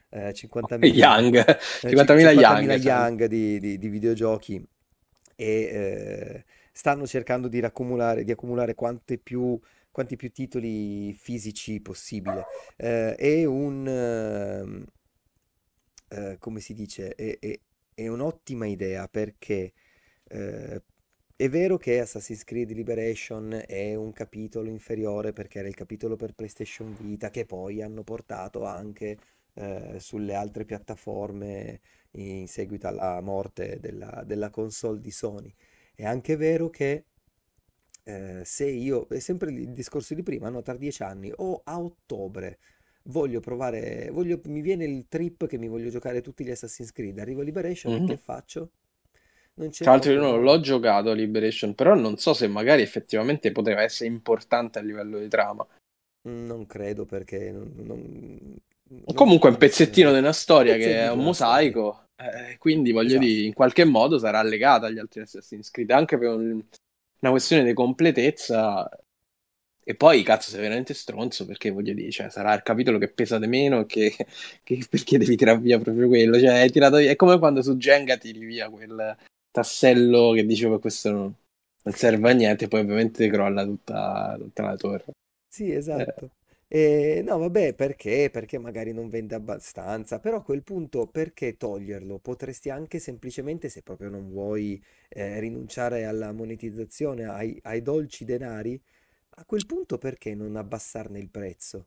eh, cinquantamila Young, eh, ci- cinquantamila cinquantamila Young c'hanno. young di, di- di videogiochi e eh, stanno cercando di raccumulare, di accumulare quante più, quanti più titoli fisici possibile. Eh, è un, ehm, eh, come si dice, è, è- è un'ottima idea perché eh, è vero che Assassin's Creed Liberation è un capitolo inferiore perché era il capitolo per PlayStation Vita che poi hanno portato anche eh, sulle altre piattaforme in seguito alla morte della, della console di Sony. È anche vero che eh, se io, è sempre il discorso di prima, no? Tra dieci anni o a ottobre voglio provare, voglio- mi viene il trip che mi voglio giocare tutti gli Assassin's Creed, arrivo a Liberation e che Mhm. faccio? Non c'è Tra l'altro io proprio non modo. l'ho giocato a Liberation, però non so se magari effettivamente poteva essere importante a livello di trama. Non credo perché non, non- non ci Comunque è un pezzettino penso. di una storia che Pezzetti è di un una storia. mosaico, eh, quindi voglio dire, Esatto. in qualche modo sarà legata agli altri Assassin's Creed, anche per un- una questione di completezza. E poi, cazzo, sei veramente stronzo, perché voglio dire, cioè, sarà il capitolo che pesa di meno, che, che- perché devi tirare via proprio quello. Cioè, hai tirato via- è come quando su Jenga tiri via quel tassello che dicevo che questo non, non serve a niente, poi ovviamente ti crolla tutta, tutta la torre. Sì, Eh, esatto. E, no, vabbè, perché? Perché magari non vende abbastanza, però a quel punto perché toglierlo? Potresti anche semplicemente, se proprio non vuoi eh, rinunciare alla monetizzazione, ai, ai dolci denari, a quel punto perché non abbassarne il prezzo?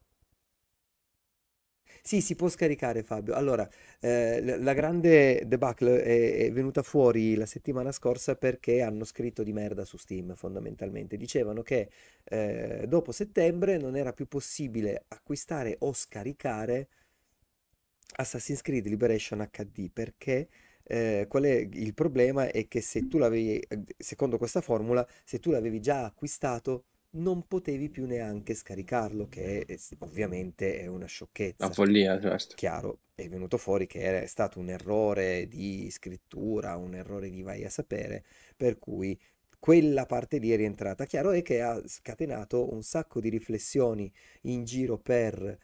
Sì, si può scaricare Fabio. Allora, eh, l- la grande debacle è, è venuta fuori la settimana scorsa perché hanno scritto di merda su Steam, fondamentalmente. Dicevano che eh, dopo settembre non era più possibile acquistare o scaricare Assassin's Creed Liberation H D perché eh, qual è il problema? È che se tu l'avevi, eh, secondo questa formula, se tu l'avevi già acquistato, non potevi più neanche scaricarlo, che è- ovviamente è una una sciocchezza. follia, certo. Chiaro, è venuto fuori che è stato un errore di scrittura, un errore di vai a sapere, per cui quella parte lì è rientrata. Chiaro è che ha scatenato un sacco di riflessioni in giro per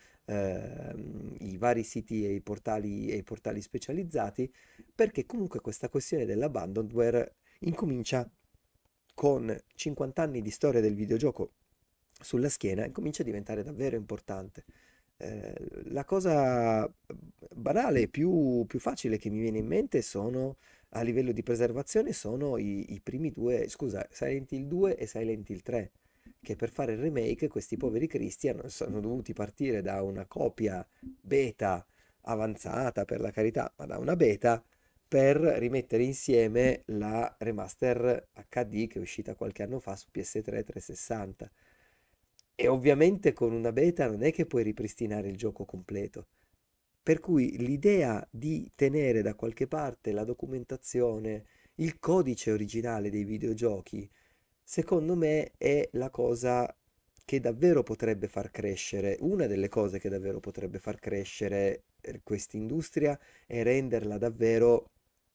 ehm, i vari siti e i portali, e i portali specializzati, perché comunque questa questione dell'abandonware incomincia con cinquanta anni di storia del videogioco sulla schiena e comincia a diventare davvero importante. Eh, la cosa banale, più, più facile che mi viene in mente sono a livello di preservazione sono i, i primi due, scusa, Silent Hill due e Silent Hill tre, che per fare il remake questi poveri cristi hanno, sono dovuti partire da una copia beta avanzata, per la carità, ma da una beta per rimettere insieme la remaster H D che è uscita qualche anno fa su P S tre trecentosessanta. E ovviamente con una beta non è che puoi ripristinare il gioco completo. Per cui l'idea di tenere da qualche parte la documentazione, il codice originale dei videogiochi, secondo me è la cosa che davvero potrebbe far crescere, una delle cose che davvero potrebbe far crescere eh, quest'industria e renderla davvero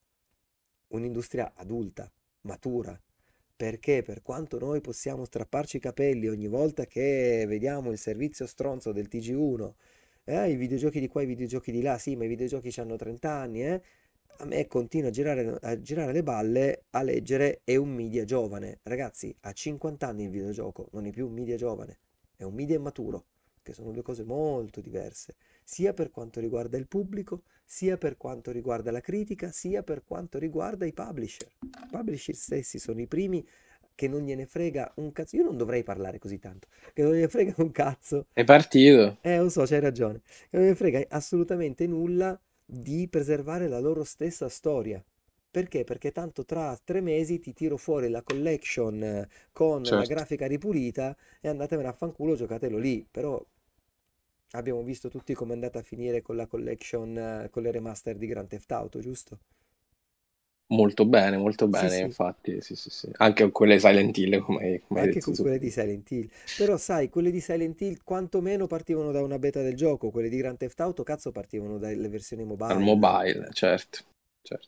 un'industria adulta, matura. Perché per quanto noi possiamo strapparci i capelli ogni volta che vediamo il servizio stronzo del T G uno, eh, i videogiochi di qua, i videogiochi di là, sì, ma i videogiochi hanno trenta anni, eh? A me continua a girare, a girare le balle a leggere è un media giovane. Ragazzi, a cinquanta anni il videogioco non è più un media giovane, è un media immaturo, che sono due cose molto diverse, sia per quanto riguarda il pubblico, sia per quanto riguarda la critica, sia per quanto riguarda i publisher. I publisher stessi sono i primi che non gliene frega un cazzo. Io non dovrei parlare così tanto, che non gliene frega un cazzo. È partito. Eh, lo so, c'hai ragione. Che non gliene frega assolutamente nulla di preservare la loro stessa storia. Perché? Perché tanto tra tre mesi ti tiro fuori la collection eh, con la Certo. grafica ripulita e andatevene a fanculo, giocatelo lì. Però abbiamo visto tutti come è andata a finire con la collection, eh, con le remaster di Grand Theft Auto, giusto? Molto bene, molto Sì, bene, sì, infatti, sì, sì, sì. Anche con quelle Silent Hill, come, come hai anche detto con su. quelle di Silent Hill. Però sai, quelle di Silent Hill quantomeno partivano da una beta del gioco, quelle di Grand Theft Auto cazzo partivano dalle versioni Al mobile. mobile, certo, certo.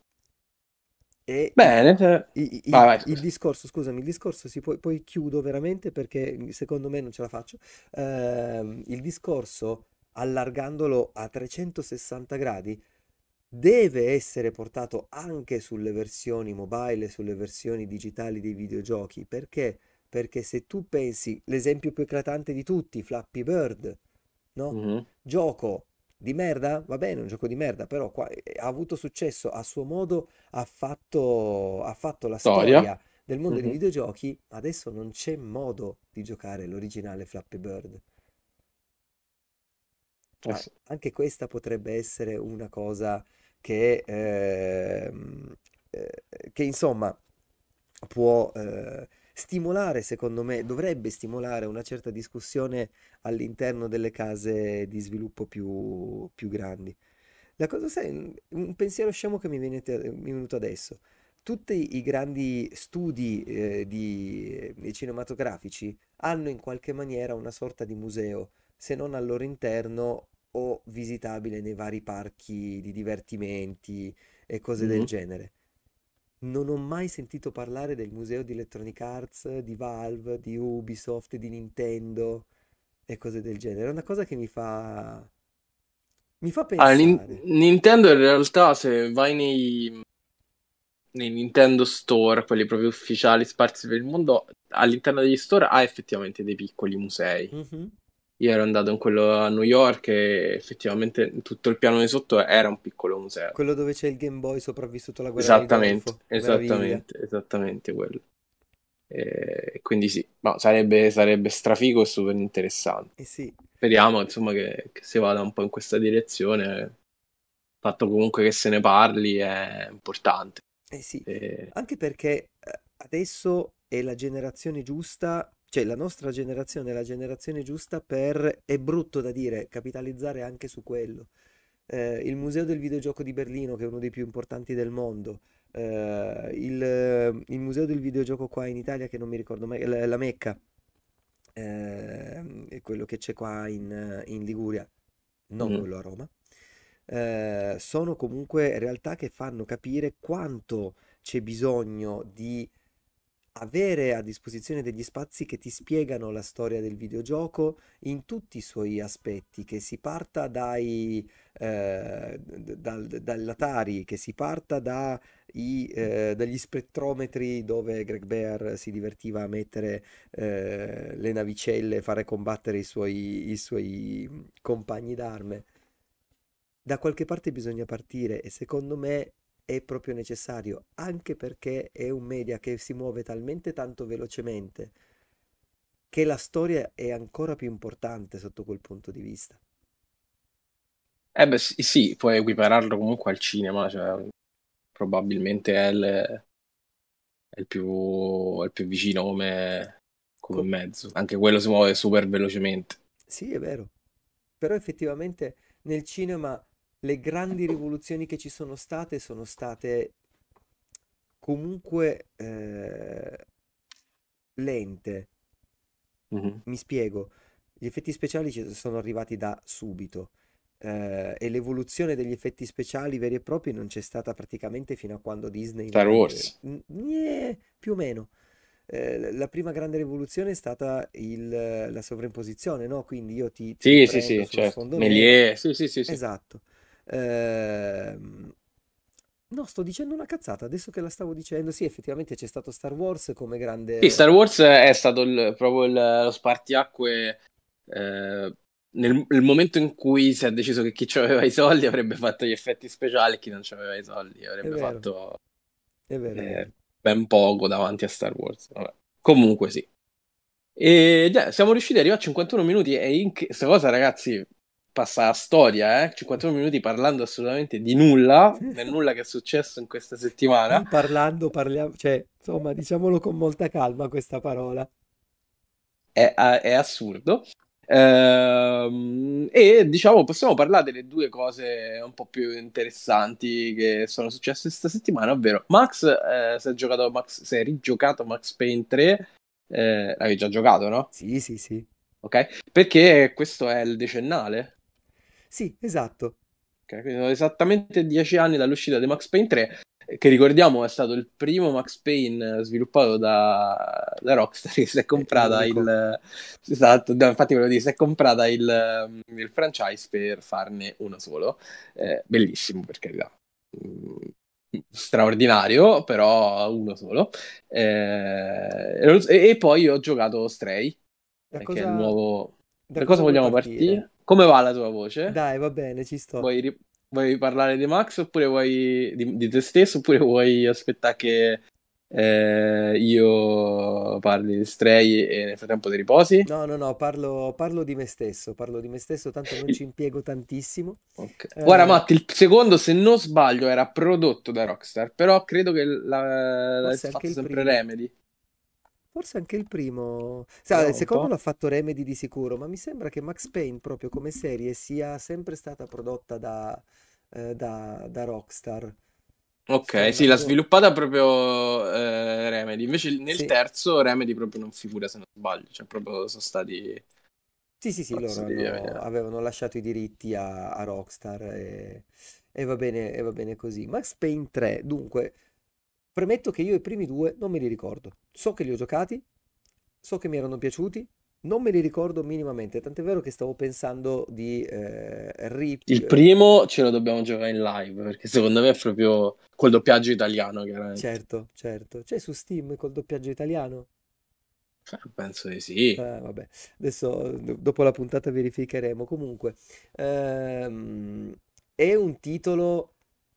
E i- Bene, te- i- vai, il, vai, il scusa. discorso, scusami, il discorso si poi, poi chiudo veramente perché secondo me non ce la faccio. Ehm, il discorso allargandolo a trecentosessanta gradi, deve essere portato anche sulle versioni mobile, sulle versioni digitali dei videogiochi. Perché? Perché se tu pensi, l'esempio più eclatante di tutti, Flappy Bird, no? Mhm. Gioco di merda? Va bene, un gioco di merda, però qua- eh, ha avuto successo a suo modo, ha fatto, ha fatto la Storia. storia del mondo dei Mhm. videogiochi. Adesso non c'è modo di giocare l'originale Flappy Bird. Eh Ah, sì. anche questa potrebbe essere una cosa che, ehm, eh, che insomma può eh, stimolare, secondo me, dovrebbe stimolare una certa discussione all'interno delle case di sviluppo più, più grandi. La cosa, sai, un un pensiero scemo che mi viene te- mi è venuto adesso. Tutti i grandi studi eh, di, di cinematografici hanno in qualche maniera una sorta di museo, se non al loro interno o visitabile nei vari parchi di divertimenti e cose del Mhm. genere. Non ho mai sentito parlare del museo di Electronic Arts, di Valve, di Ubisoft, di Nintendo e cose del genere. È una cosa che mi fa, mi fa Ah, Nin- pensare. Nintendo in realtà se vai nei, nei Nintendo Store, quelli proprio ufficiali sparsi per il mondo, all'interno degli store ha effettivamente dei piccoli musei. Mhm. Io ero andato in quello a New York e effettivamente tutto il piano di sotto era un piccolo museo. Quello dove c'è il Game Boy sopravvissuto alla guerra del Esattamente, Golfo. Meraviglia. esattamente, esattamente quello. E quindi sì, ma sarebbe, sarebbe strafigo e super interessante. Eh sì, Speriamo, insomma, che, che si vada un po' in questa direzione. Il fatto comunque che se ne parli è importante. eh sì. E- Anche perché eh, adesso è la generazione giusta, cioè la nostra generazione è la generazione giusta per, è brutto da dire, capitalizzare anche su quello. Eh, il Museo del Videogioco di Berlino, che è uno dei più importanti del mondo, eh, il, eh, il Museo del Videogioco qua in Italia, che non mi ricordo mai, la, la Mecca, ehm, è quello che c'è qua in, in Liguria, non Mhm. quello a Roma, eh, sono comunque realtà che fanno capire quanto c'è bisogno di avere a disposizione degli spazi che ti spiegano la storia del videogioco in tutti i suoi aspetti, che si parta dai, eh, d- dal- dall'Atari, che si parta da i, eh, dagli spettrometri dove Greg Bear si divertiva a mettere eh, le navicelle, fare combattere i suoi, i suoi compagni d'arme. Da qualche parte bisogna partire e secondo me è proprio necessario, anche perché è un media che si muove talmente tanto velocemente che la storia è ancora più importante sotto quel punto di vista. Eh beh, sì, sì, puoi equipararlo comunque al cinema, cioè, probabilmente è il, è il più, è il più vicino come, come Co- mezzo. Anche quello si muove super velocemente. sì, è vero, però effettivamente nel cinema le grandi rivoluzioni che ci sono state sono state comunque eh, lente. Mhm. Mi spiego, gli effetti speciali ci sono arrivati da subito eh, e l'evoluzione degli effetti speciali veri e propri non c'è stata praticamente fino a quando Disney Star non ha... eh, Wars. n- nieh, più o meno. Eh, la prima grande rivoluzione è stata il- la sovraimposizione, no? Quindi io ti, ti Sì, sì, riprendo sì, su uno certo. sfondo nero. Méliès, sì, sì, sì, sì. Esatto. Ehm, no, sto dicendo una cazzata. Adesso che la stavo dicendo, sì, effettivamente c'è stato Star Wars come Sì, grande... Star Wars è stato il- proprio il- lo spartiacque eh, nel il momento in cui si è deciso che chi aveva i soldi avrebbe fatto gli effetti speciali e chi non aveva i soldi È avrebbe vero, fatto è vero, è eh, vero. ben poco davanti a Star Wars. Vabbè. Comunque sì. E già, siamo riusciti ad arrivare a cinquantuno minuti e in che... Questa cosa, ragazzi, passa a storia, eh? cinquantuno minuti parlando assolutamente di nulla, del nulla che è successo in questa settimana. Qui parlando parliamo, cioè, insomma, diciamolo con molta calma questa parola. È, è assurdo. Ehm, e diciamo, possiamo parlare delle due cose un po' più interessanti che sono successe questa settimana, ovvero Max, eh, si è giocato Max, si è rigiocato Max Payne tre, eh, l'avevi già giocato, no? Sì, sì, sì. Ok? Perché questo è il decennale. Sì, esatto. Ok, quindi sono esattamente dieci anni dall'uscita di Max Payne tre, eh, che ricordiamo è stato il primo Max Payne eh, sviluppato da, da Rockstar, che si è È comprata l'unico. il... Esatto, no, infatti volevo dire, si è comprata il, ehm, il franchise per farne uno solo. Eh, bellissimo, per carità. Mm, straordinario, però uno solo. Eh, e, non- e- e poi ho giocato Stray, Da eh, che è il cosa, nuovo... da Da cosa cosa vuoi vogliamo partire? partire? Come va la tua voce? Dai, va bene, ci sto. Vuoi, ri- vuoi parlare di Max oppure vuoi di, di te stesso oppure vuoi aspettare che eh, io parli di Stray e nel frattempo ti riposi? No, no, no, parlo, parlo di me stesso, parlo di me stesso, tanto non Il- ci impiego tantissimo. ok. Ora, Eh, Matti, il secondo, se non sbaglio, era prodotto da Rockstar, però credo che la- forse l'avesse anche fatto il sempre primo. Remedy. Forse anche il primo. Sa, il Vediamo un secondo po'. l'ha fatto Remedy di sicuro, ma mi sembra che Max Payne, proprio come serie, sia sempre stata prodotta da, eh, da, da Rockstar. Sto Ok, sì, l'ha andando. sviluppata proprio eh, Remedy. Invece nel Sì, terzo Remedy proprio non figura, se non sbaglio. Cioè, proprio sono stati... sì, sì, sì, loro Cazzo di... hanno- avevano lasciato i diritti a, a Rockstar e, e va bene, e va bene così. Max Payne tre, dunque, premetto che io i primi due non me li ricordo. So che li ho giocati, so che mi erano piaciuti, non me li ricordo minimamente, tant'è vero che stavo pensando di eh, ri- Il eh, primo ce lo dobbiamo giocare in live, perché secondo me è proprio col doppiaggio italiano, chiaramente. certo, certo. C'è su Steam col doppiaggio italiano? Eh, Penso di sì. Eh, vabbè, adesso do- dopo la puntata verificheremo. Comunque, ehm, è un titolo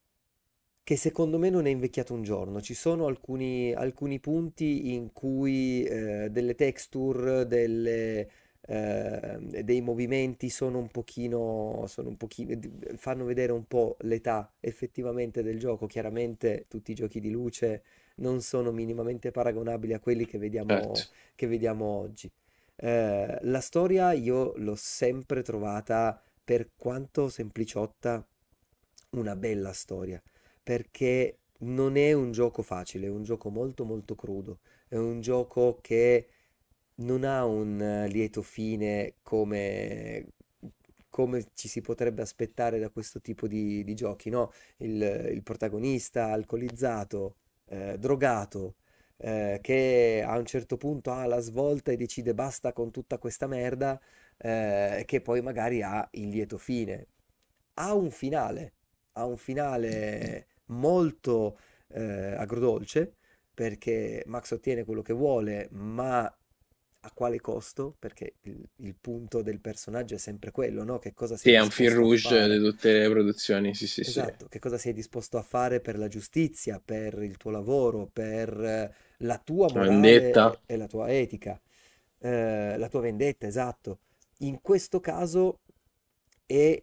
che secondo me non è invecchiato un giorno. Ci sono alcuni, alcuni punti in cui eh, delle texture, delle, eh, dei movimenti sono un pochino, sono un pochino, di- fanno vedere un po' l'età effettivamente del gioco. Chiaramente tutti i giochi di luce non sono minimamente paragonabili a quelli che Certo. vediamo, che vediamo oggi. Eh, la storia io l'ho sempre trovata, per quanto sempliciotta, una bella storia perché non è un gioco facile, è un gioco molto molto crudo, è un gioco che non ha un eh, lieto fine come, come ci si potrebbe aspettare da questo tipo di, di giochi, no? Il, il protagonista alcolizzato, eh, drogato, eh, che a un certo punto ha la svolta e decide basta con tutta questa merda, eh, che poi magari ha il lieto fine. Ha un finale, ha un finale molto eh, agrodolce perché Max ottiene quello che vuole, ma a quale costo? Perché il, il punto del personaggio è sempre quello, no? Che cosa Sì, sei è un fil disposto a rouge di fare? tutte le produzioni, sì, sì, sì. Esatto, che cosa sei disposto a fare per la giustizia, per il tuo lavoro, per eh, la tua La morale vendetta. e, e la tua etica, eh, la tua vendetta, esatto. In questo caso e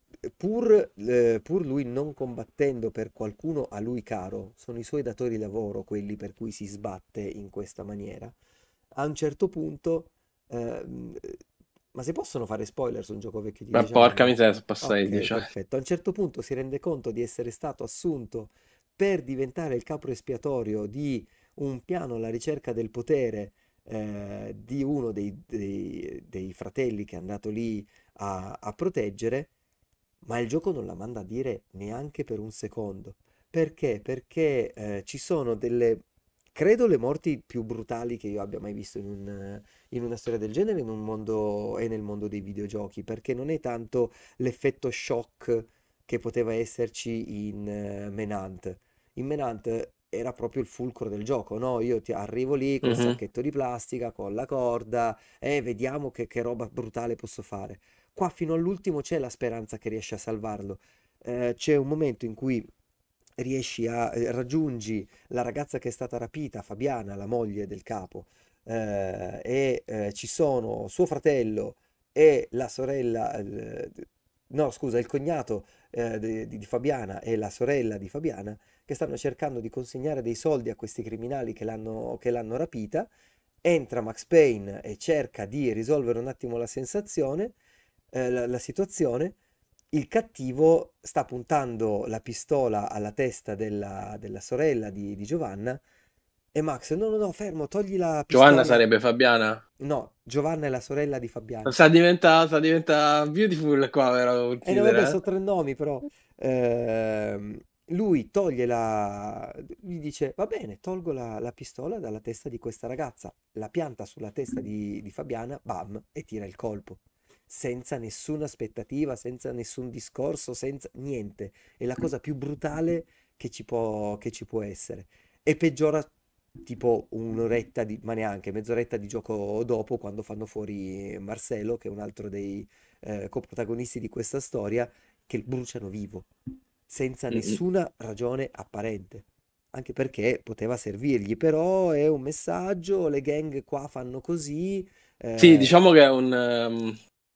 pur, eh, pur lui non combattendo per qualcuno a lui caro, sono i suoi datori di lavoro quelli per cui si sbatte in questa maniera. A un certo punto, ehm, ma si possono fare spoiler su un gioco vecchio di Ma dieci porca anni? miseria, sono passati Ok, dieci anni. perfetto. A un certo punto si rende conto di essere stato assunto per diventare il capo espiatorio di un piano alla ricerca del potere eh, di uno dei, dei- dei fratelli che è andato lì a, a proteggere, ma il gioco non la manda a dire neanche per un secondo. Perché? Perché eh, ci sono delle, credo, le morti più brutali che io abbia mai visto in un, in una storia del genere in un mondo e nel mondo dei videogiochi, perché non è tanto l'effetto shock che poteva esserci in eh, Menant. In Menant era proprio il fulcro del gioco, no? Io ti arrivo lì col Mhm. sacchetto di plastica, con la corda, e vediamo che, che roba brutale posso fare. Qua fino all'ultimo c'è la speranza che riesci a salvarlo. Eh, c'è un momento in cui riesci a eh, raggiungi la ragazza che è stata rapita, Fabiana, la moglie del capo, eh, e eh, ci sono suo fratello e la sorella, eh, no, scusa, il cognato eh, di, di Fabiana e la sorella di Fabiana che stanno cercando di consegnare dei soldi a questi criminali che l'hanno che l'hanno rapita. Entra Max Payne e cerca di risolvere un attimo la sensazione, eh, la, la situazione. Il cattivo sta puntando la pistola alla testa della, della sorella di, di Giovanna E Max, no, no, no, fermo, togli la Giovanna pistola. sarebbe Fabiana. No, Giovanna è la sorella di Fabiana. Sta diventa, sta diventa beautiful qua, però, Eh no, vabbè, considera, sono eh. tre nomi, però. Ehm, lui toglie la... gli dice, va bene, tolgo la, la pistola dalla testa di questa ragazza, la pianta sulla testa di, di Fabiana, bam, e tira il colpo. Senza nessuna aspettativa, senza nessun discorso, senza niente. È la cosa più brutale che ci può, che ci può essere. E peggiora tipo un'oretta di, ma neanche mezz'oretta di gioco dopo, quando fanno fuori Marcello, che è un altro dei eh, coprotagonisti di questa storia, che bruciano vivo, senza Mm, mm. nessuna ragione apparente. Anche perché poteva servirgli, però è un messaggio, le gang qua fanno così. Sì, eh, diciamo che è un, ehm,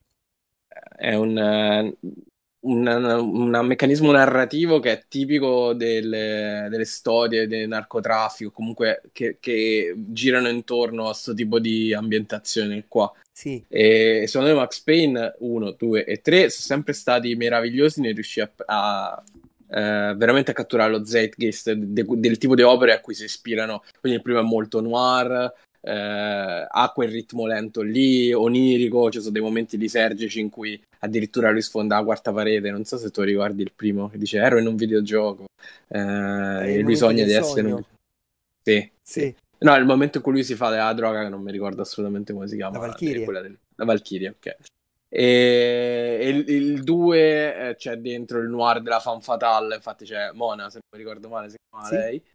è un, eh, un, un meccanismo narrativo che è tipico delle, delle storie del narcotraffico, comunque che, che girano intorno a questo tipo di ambientazione qua. sì, E secondo me Max Payne uno, due e tre sono sempre stati meravigliosi nel riuscire a, a, eh, veramente a catturare lo zeitgeist de- del tipo di opere a cui si ispirano. Quindi il primo è molto noir, eh, ha quel ritmo lento lì, onirico, ci sono dei momenti lisergici in cui addirittura lui sfonda la quarta parete. Non so se tu ricordi il primo che dice ero in un videogioco, è eh, il e lui momento sogna del di essere in un sogno. videogioco. Sì, sì. Sì, No, è il momento in cui lui si fa della droga, che non mi ricordo assolutamente come si la chiama, de- Valchiria. quella della Valchiria, ok. E, e il due c'è dentro il noir della femme fatale, infatti c'è Mona, se non mi ricordo male, si chiama Sì, lei.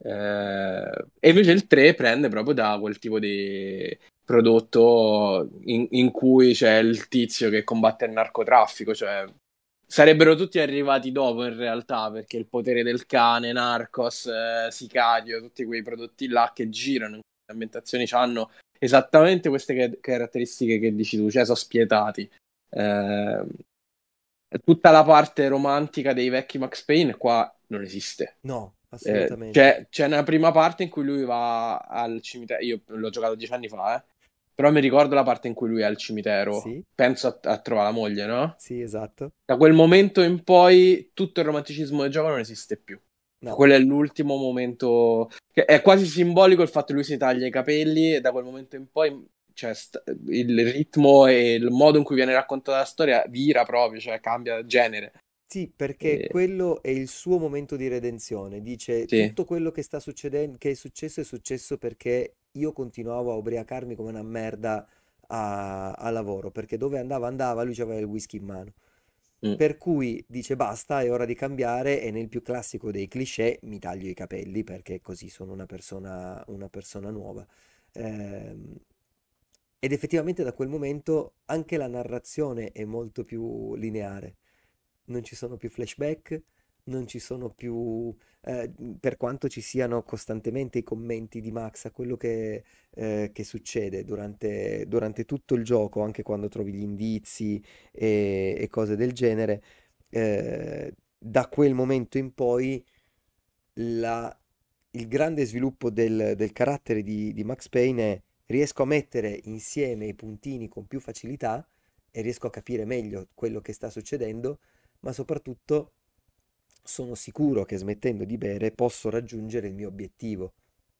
Eh, e invece il tre prende proprio da quel tipo di prodotto in, in cui c'è il tizio che combatte il narcotraffico, cioè sarebbero tutti arrivati dopo in realtà, perché il potere del cane, Narcos, eh, Sicario, tutti quei prodotti là che girano in queste ambientazioni hanno esattamente queste che- caratteristiche che dici tu, cioè sono spietati. Eh, tutta la parte romantica dei vecchi Max Payne qua non esiste. no, Eh, assolutamente. c'è, c'è una prima parte in cui lui va al cimitero. Io l'ho giocato dieci anni fa, eh. Però mi ricordo la parte in cui lui è al cimitero. Sì, Penso a, a trovare la moglie, no? sì, esatto. Da quel momento in poi tutto il romanticismo del gioco non esiste più. Cioè, No. quello è l'ultimo momento. Che è quasi simbolico il fatto che lui si taglia i capelli e da quel momento in poi cioè, st- il ritmo e il modo in cui viene raccontata la storia vira proprio, cioè cambia genere. Sì, perché E- quello è il suo momento di redenzione. Dice sì, tutto quello che sta succedendo, che è successo è successo perché io continuavo a ubriacarmi come una merda a, a lavoro, perché dove andava andava, lui aveva il whisky in mano. mm, Per cui dice basta, è ora di cambiare e nel più classico dei cliché mi taglio i capelli perché così sono una persona, una persona nuova. Ehm, ed effettivamente da quel momento anche la narrazione è molto più lineare. Non ci sono più flashback, non ci sono più, eh, per quanto ci siano costantemente i commenti di Max a quello che, eh, che succede durante, durante tutto il gioco, anche quando trovi gli indizi e, e cose del genere, eh, da quel momento in poi la- il grande sviluppo del, del carattere di, di Max Payne è riesco a mettere insieme i puntini con più facilità e riesco a capire meglio quello che sta succedendo, ma soprattutto sono sicuro che smettendo di bere posso raggiungere il mio obiettivo,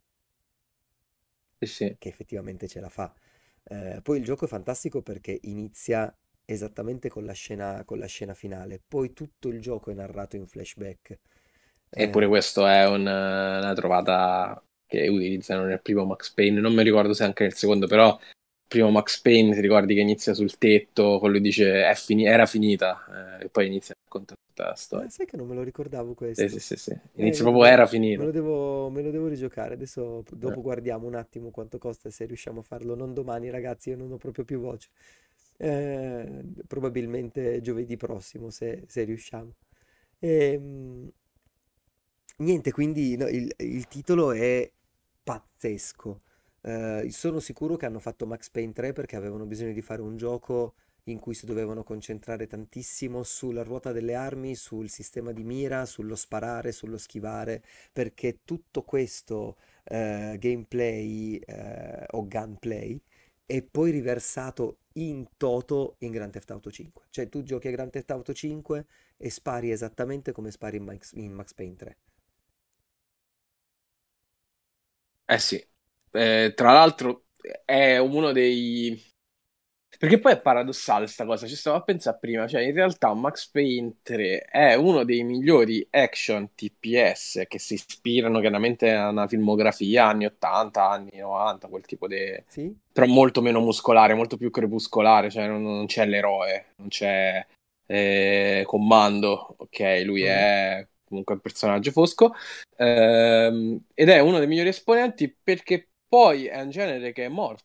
sì, sì. che effettivamente ce la fa. Eh, poi il gioco è fantastico perché inizia esattamente con la scena, con la scena finale, poi tutto il gioco è narrato in flashback. Eppure Eh, questo è un, eh, una trovata che utilizzano nel primo Max Payne. Non mi ricordo se anche nel secondo, però il primo Max Payne ti ricordi che inizia sul tetto, con lui dice è fini- era finita, eh, e poi inizia a raccontare tutta la Ah, storia. sai che non me lo ricordavo Sì, sì, questo? sì, sì. Eh, Inizia lo proprio devo, era me lo finita. devo, me lo devo rigiocare. Adesso Eh. dopo guardiamo un attimo quanto costa e se riusciamo a farlo. Non domani, ragazzi, io non ho proprio più voce. Eh, probabilmente giovedì prossimo, se, se riusciamo. Ehm, Niente, quindi no, il, il titolo è pazzesco. Eh, sono sicuro che hanno fatto Max Payne tre perché avevano bisogno di fare un gioco in cui si dovevano concentrare tantissimo sulla ruota delle armi, sul sistema di mira, sullo sparare, sullo schivare, perché tutto questo eh, gameplay eh, o gunplay è poi riversato in toto in Grand Theft Auto cinque. Cioè tu giochi a Grand Theft Auto cinque e spari esattamente come spari in Max, in Max Payne tre. Eh sì. Eh, tra l'altro è uno dei... Perché poi è paradossale sta cosa, ci stavo a pensare prima, cioè in realtà Max Payne tre è uno dei migliori action T P S che si ispirano chiaramente a una filmografia anni ottanta, anni novanta, quel tipo di... Sì? però molto meno muscolare, molto più crepuscolare, cioè non, non c'è l'eroe, non c'è eh, Commando, ok, lui Mhm. è comunque un personaggio fosco, ehm, ed è uno dei migliori esponenti perché poi è un genere che è morto.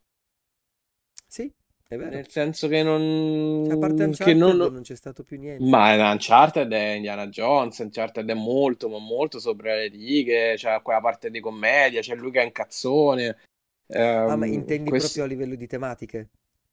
Sì, è vero. Nel senso che Cioè, a parte non, che Uncharted non, non c'è stato più niente. ma Uncharted è Indiana Jones, Uncharted è molto, ma molto sopra le righe, c'è quella parte di commedia, c'è lui che è un cazzone. Ah, ma Ehm, intendi proprio quest- a livello di tematiche?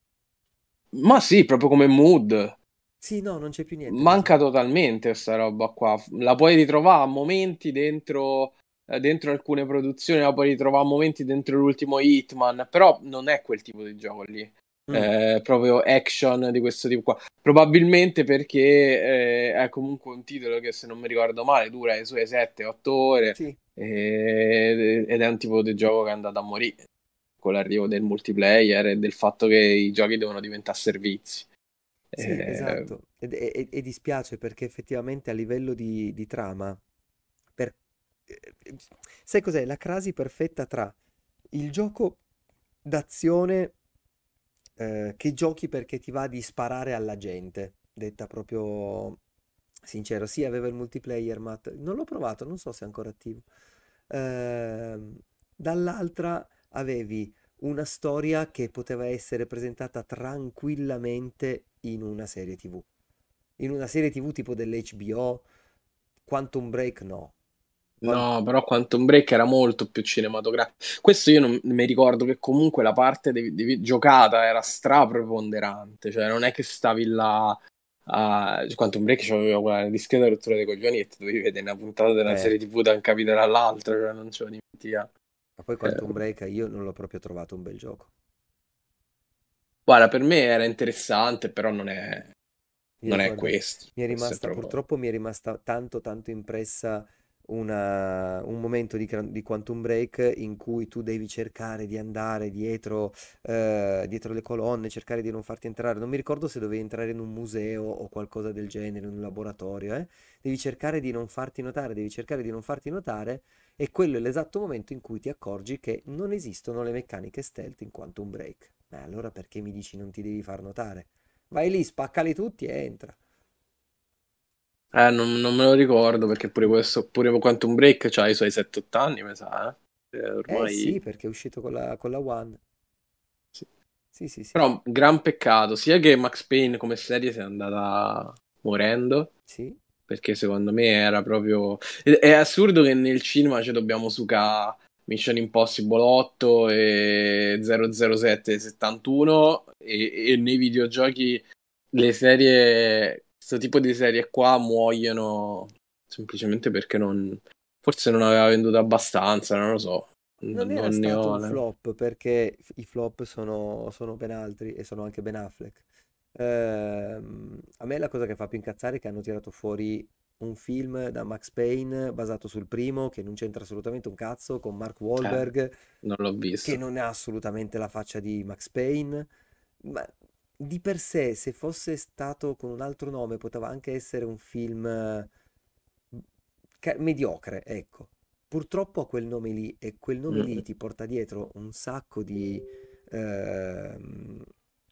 Ma sì, proprio come mood. Sì, no, non c'è più niente così. Manca totalmente questa roba qua. La puoi ritrovare a momenti dentro, eh, dentro alcune produzioni, la puoi ritrovare a momenti dentro l'ultimo Hitman, però non è quel tipo di gioco lì. Mm, Eh, proprio action di questo tipo qua. Probabilmente perché eh, è comunque un titolo che, se non mi ricordo male, dura le sue sette otto ore sì, eh, ed è un tipo di gioco che è andato a morire con l'arrivo del multiplayer e del fatto che i giochi devono diventare servizi. sì, Eh, esatto. Ed- E, e- e dispiace perché effettivamente a livello di, di trama, per... eh, sai cos'è? La crasi perfetta tra il gioco d'azione eh, che giochi perché ti va di sparare alla gente, detta proprio sincero. Sì, aveva il multiplayer, ma t- non l'ho provato, non so se è ancora attivo. Ehm, Dall'altra avevi una storia che poteva essere presentata tranquillamente in una serie T V. In una serie T V tipo dell'H B O, Quantum Break no. Quan- No, però Quantum Break era molto più cinematografico. Questo io non mi ricordo che comunque la parte di, di giocata era stra preponderante, cioè non è che stavi là a... cioè, Quantum Break c'aveva quella discreta rottura dei coglioni e ti dovevi vedere una puntata della eh, serie T V da un capitolo all'altro, cioè non ce lo dimentica. ma poi Eh, Quantum Break io non l'ho proprio trovato un bel gioco. guarda, per me era interessante, però non è, non Io, è guarda, questo. mi è Questo è rimasta, proprio... purtroppo mi è rimasta tanto tanto impressa una- un momento di, Gran- di Quantum Break in cui tu devi cercare di andare dietro, eh, dietro le colonne, cercare di non farti entrare. Non mi ricordo se dovevi entrare in un museo o qualcosa del genere, in un laboratorio, eh. Devi cercare di non farti notare, devi cercare di non farti notare, e quello è l'esatto momento in cui ti accorgi che non esistono le meccaniche stealth in Quantum Break. Ma allora perché mi dici non ti devi far notare? Vai lì, spaccali tutti e entra. Eh, non, non me lo ricordo perché pure questo, pure Quantum Break c'ha i suoi sette otto anni, mi sa, eh. Eh, Eh sì, ormai... perché è uscito con la, con la One. sì. Sì, sì, sì. Però gran peccato, sia che Max Payne come serie sia andata morendo, Sì. perché secondo me era proprio... È, è assurdo che nel cinema ci dobbiamo succa Mission Impossible otto e zero zero sette settantuno e, e nei videogiochi le serie, questo tipo di serie qua muoiono semplicemente perché non... Forse non aveva venduto abbastanza, non lo so. Non Non, era non ne stato ho... un flop perché f- i flop sono, sono ben altri e sono anche Ben Affleck. Ehm, a me la cosa che fa più incazzare è che hanno tirato fuori un film da Max Payne basato sul primo che non c'entra assolutamente un cazzo con Mark eh, Wahlberg non l'ho che visto. non ha assolutamente la faccia di Max Payne. Ma di per sé, se fosse stato con un altro nome, poteva anche essere un film eh, ca- mediocre, ecco. Purtroppo ha quel nome lì e quel nome lì Mm. ti porta dietro un sacco di, ehm,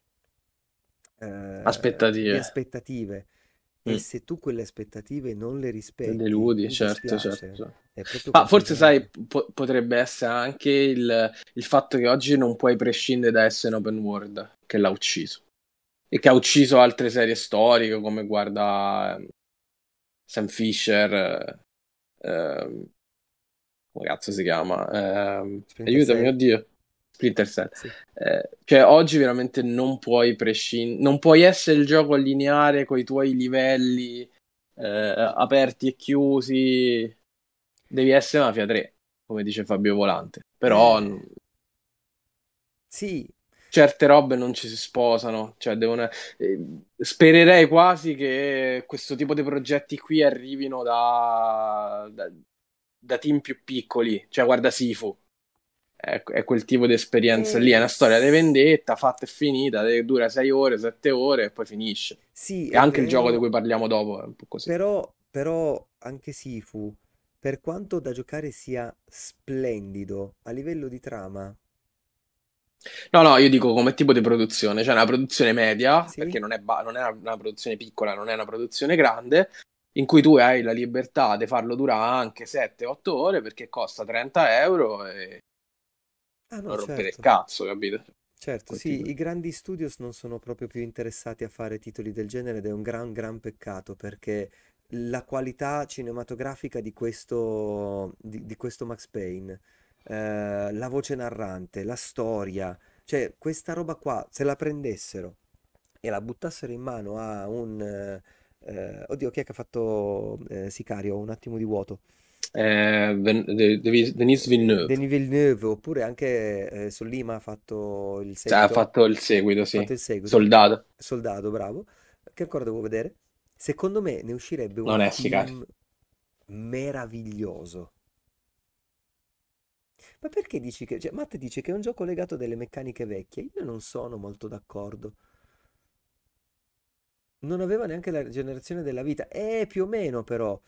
eh, di Aspettative. aspettative. E Mm. se tu quelle aspettative non le rispetti, Deludi, mi certo, certo, dispiace, certo. è proprio Ma così, forse, sai, guarda. po- potrebbe essere anche il, il fatto che oggi non puoi prescindere da essere un open world, che l'ha ucciso. E che ha ucciso altre serie storiche, come guarda ehm, Sam Fisher, eh, ehm, come cazzo si chiama? Ehm, Splinter aiutami, Cell? oddio. Splinter Cell. Sì. Eh, cioè, oggi veramente non puoi prescindere, non puoi essere il gioco lineare con i tuoi livelli eh, aperti e chiusi. Devi essere Mafia tre, come dice Fabio Volante. Però Eh, mh, sì, certe robe non ci si sposano. Cioè, devono... eh, spererei quasi che questo tipo di progetti qui arrivino da, da, da team più piccoli. Cioè, guarda Sifu. è, è quel tipo di esperienza lì, è Eh, una storia di s- vendetta fatta e finita, che dura sei ore, sette ore e poi finisce. sì, E è anche il gioco di vero, cui parliamo dopo è un po' così. però, però anche Sifu, per quanto da giocare sia splendido a livello di trama, No, no, io dico come tipo di produzione, cioè una produzione media, perché sì? non è, ba- non è una, una produzione piccola, non è una produzione grande, in cui tu hai la libertà di farlo durare anche sette otto ore perché costa trenta euro e Ah no, non rompere il certo. cazzo, capito? Certo, Quel tipo sì, di- i grandi studios non sono proprio più interessati a fare titoli del genere ed è un gran, gran peccato perché la qualità cinematografica di questo, di, di questo Max Payne, eh, la voce narrante, la storia, cioè questa roba qua, se la prendessero e la buttassero in mano a un... eh, eh, oddio, chi è che ha fatto eh, Sicario? Un attimo di vuoto. Eh, Ven- De- De- Denis eh, Villeneuve, Denis Villeneuve, oppure anche eh, Sollima ha fatto il cioè, ha seguito, fatto il seguito, ha fatto sì. il seguito, Soldato, Soldato, bravo, che ancora devo vedere. Secondo me ne uscirebbe un non è sicario. film meraviglioso. Ma perché dici che... Cioè, Matt dice che è un gioco legato a delle meccaniche vecchie. Io non sono molto d'accordo. Non aveva neanche la rigenerazione della vita. Eh, più o meno però.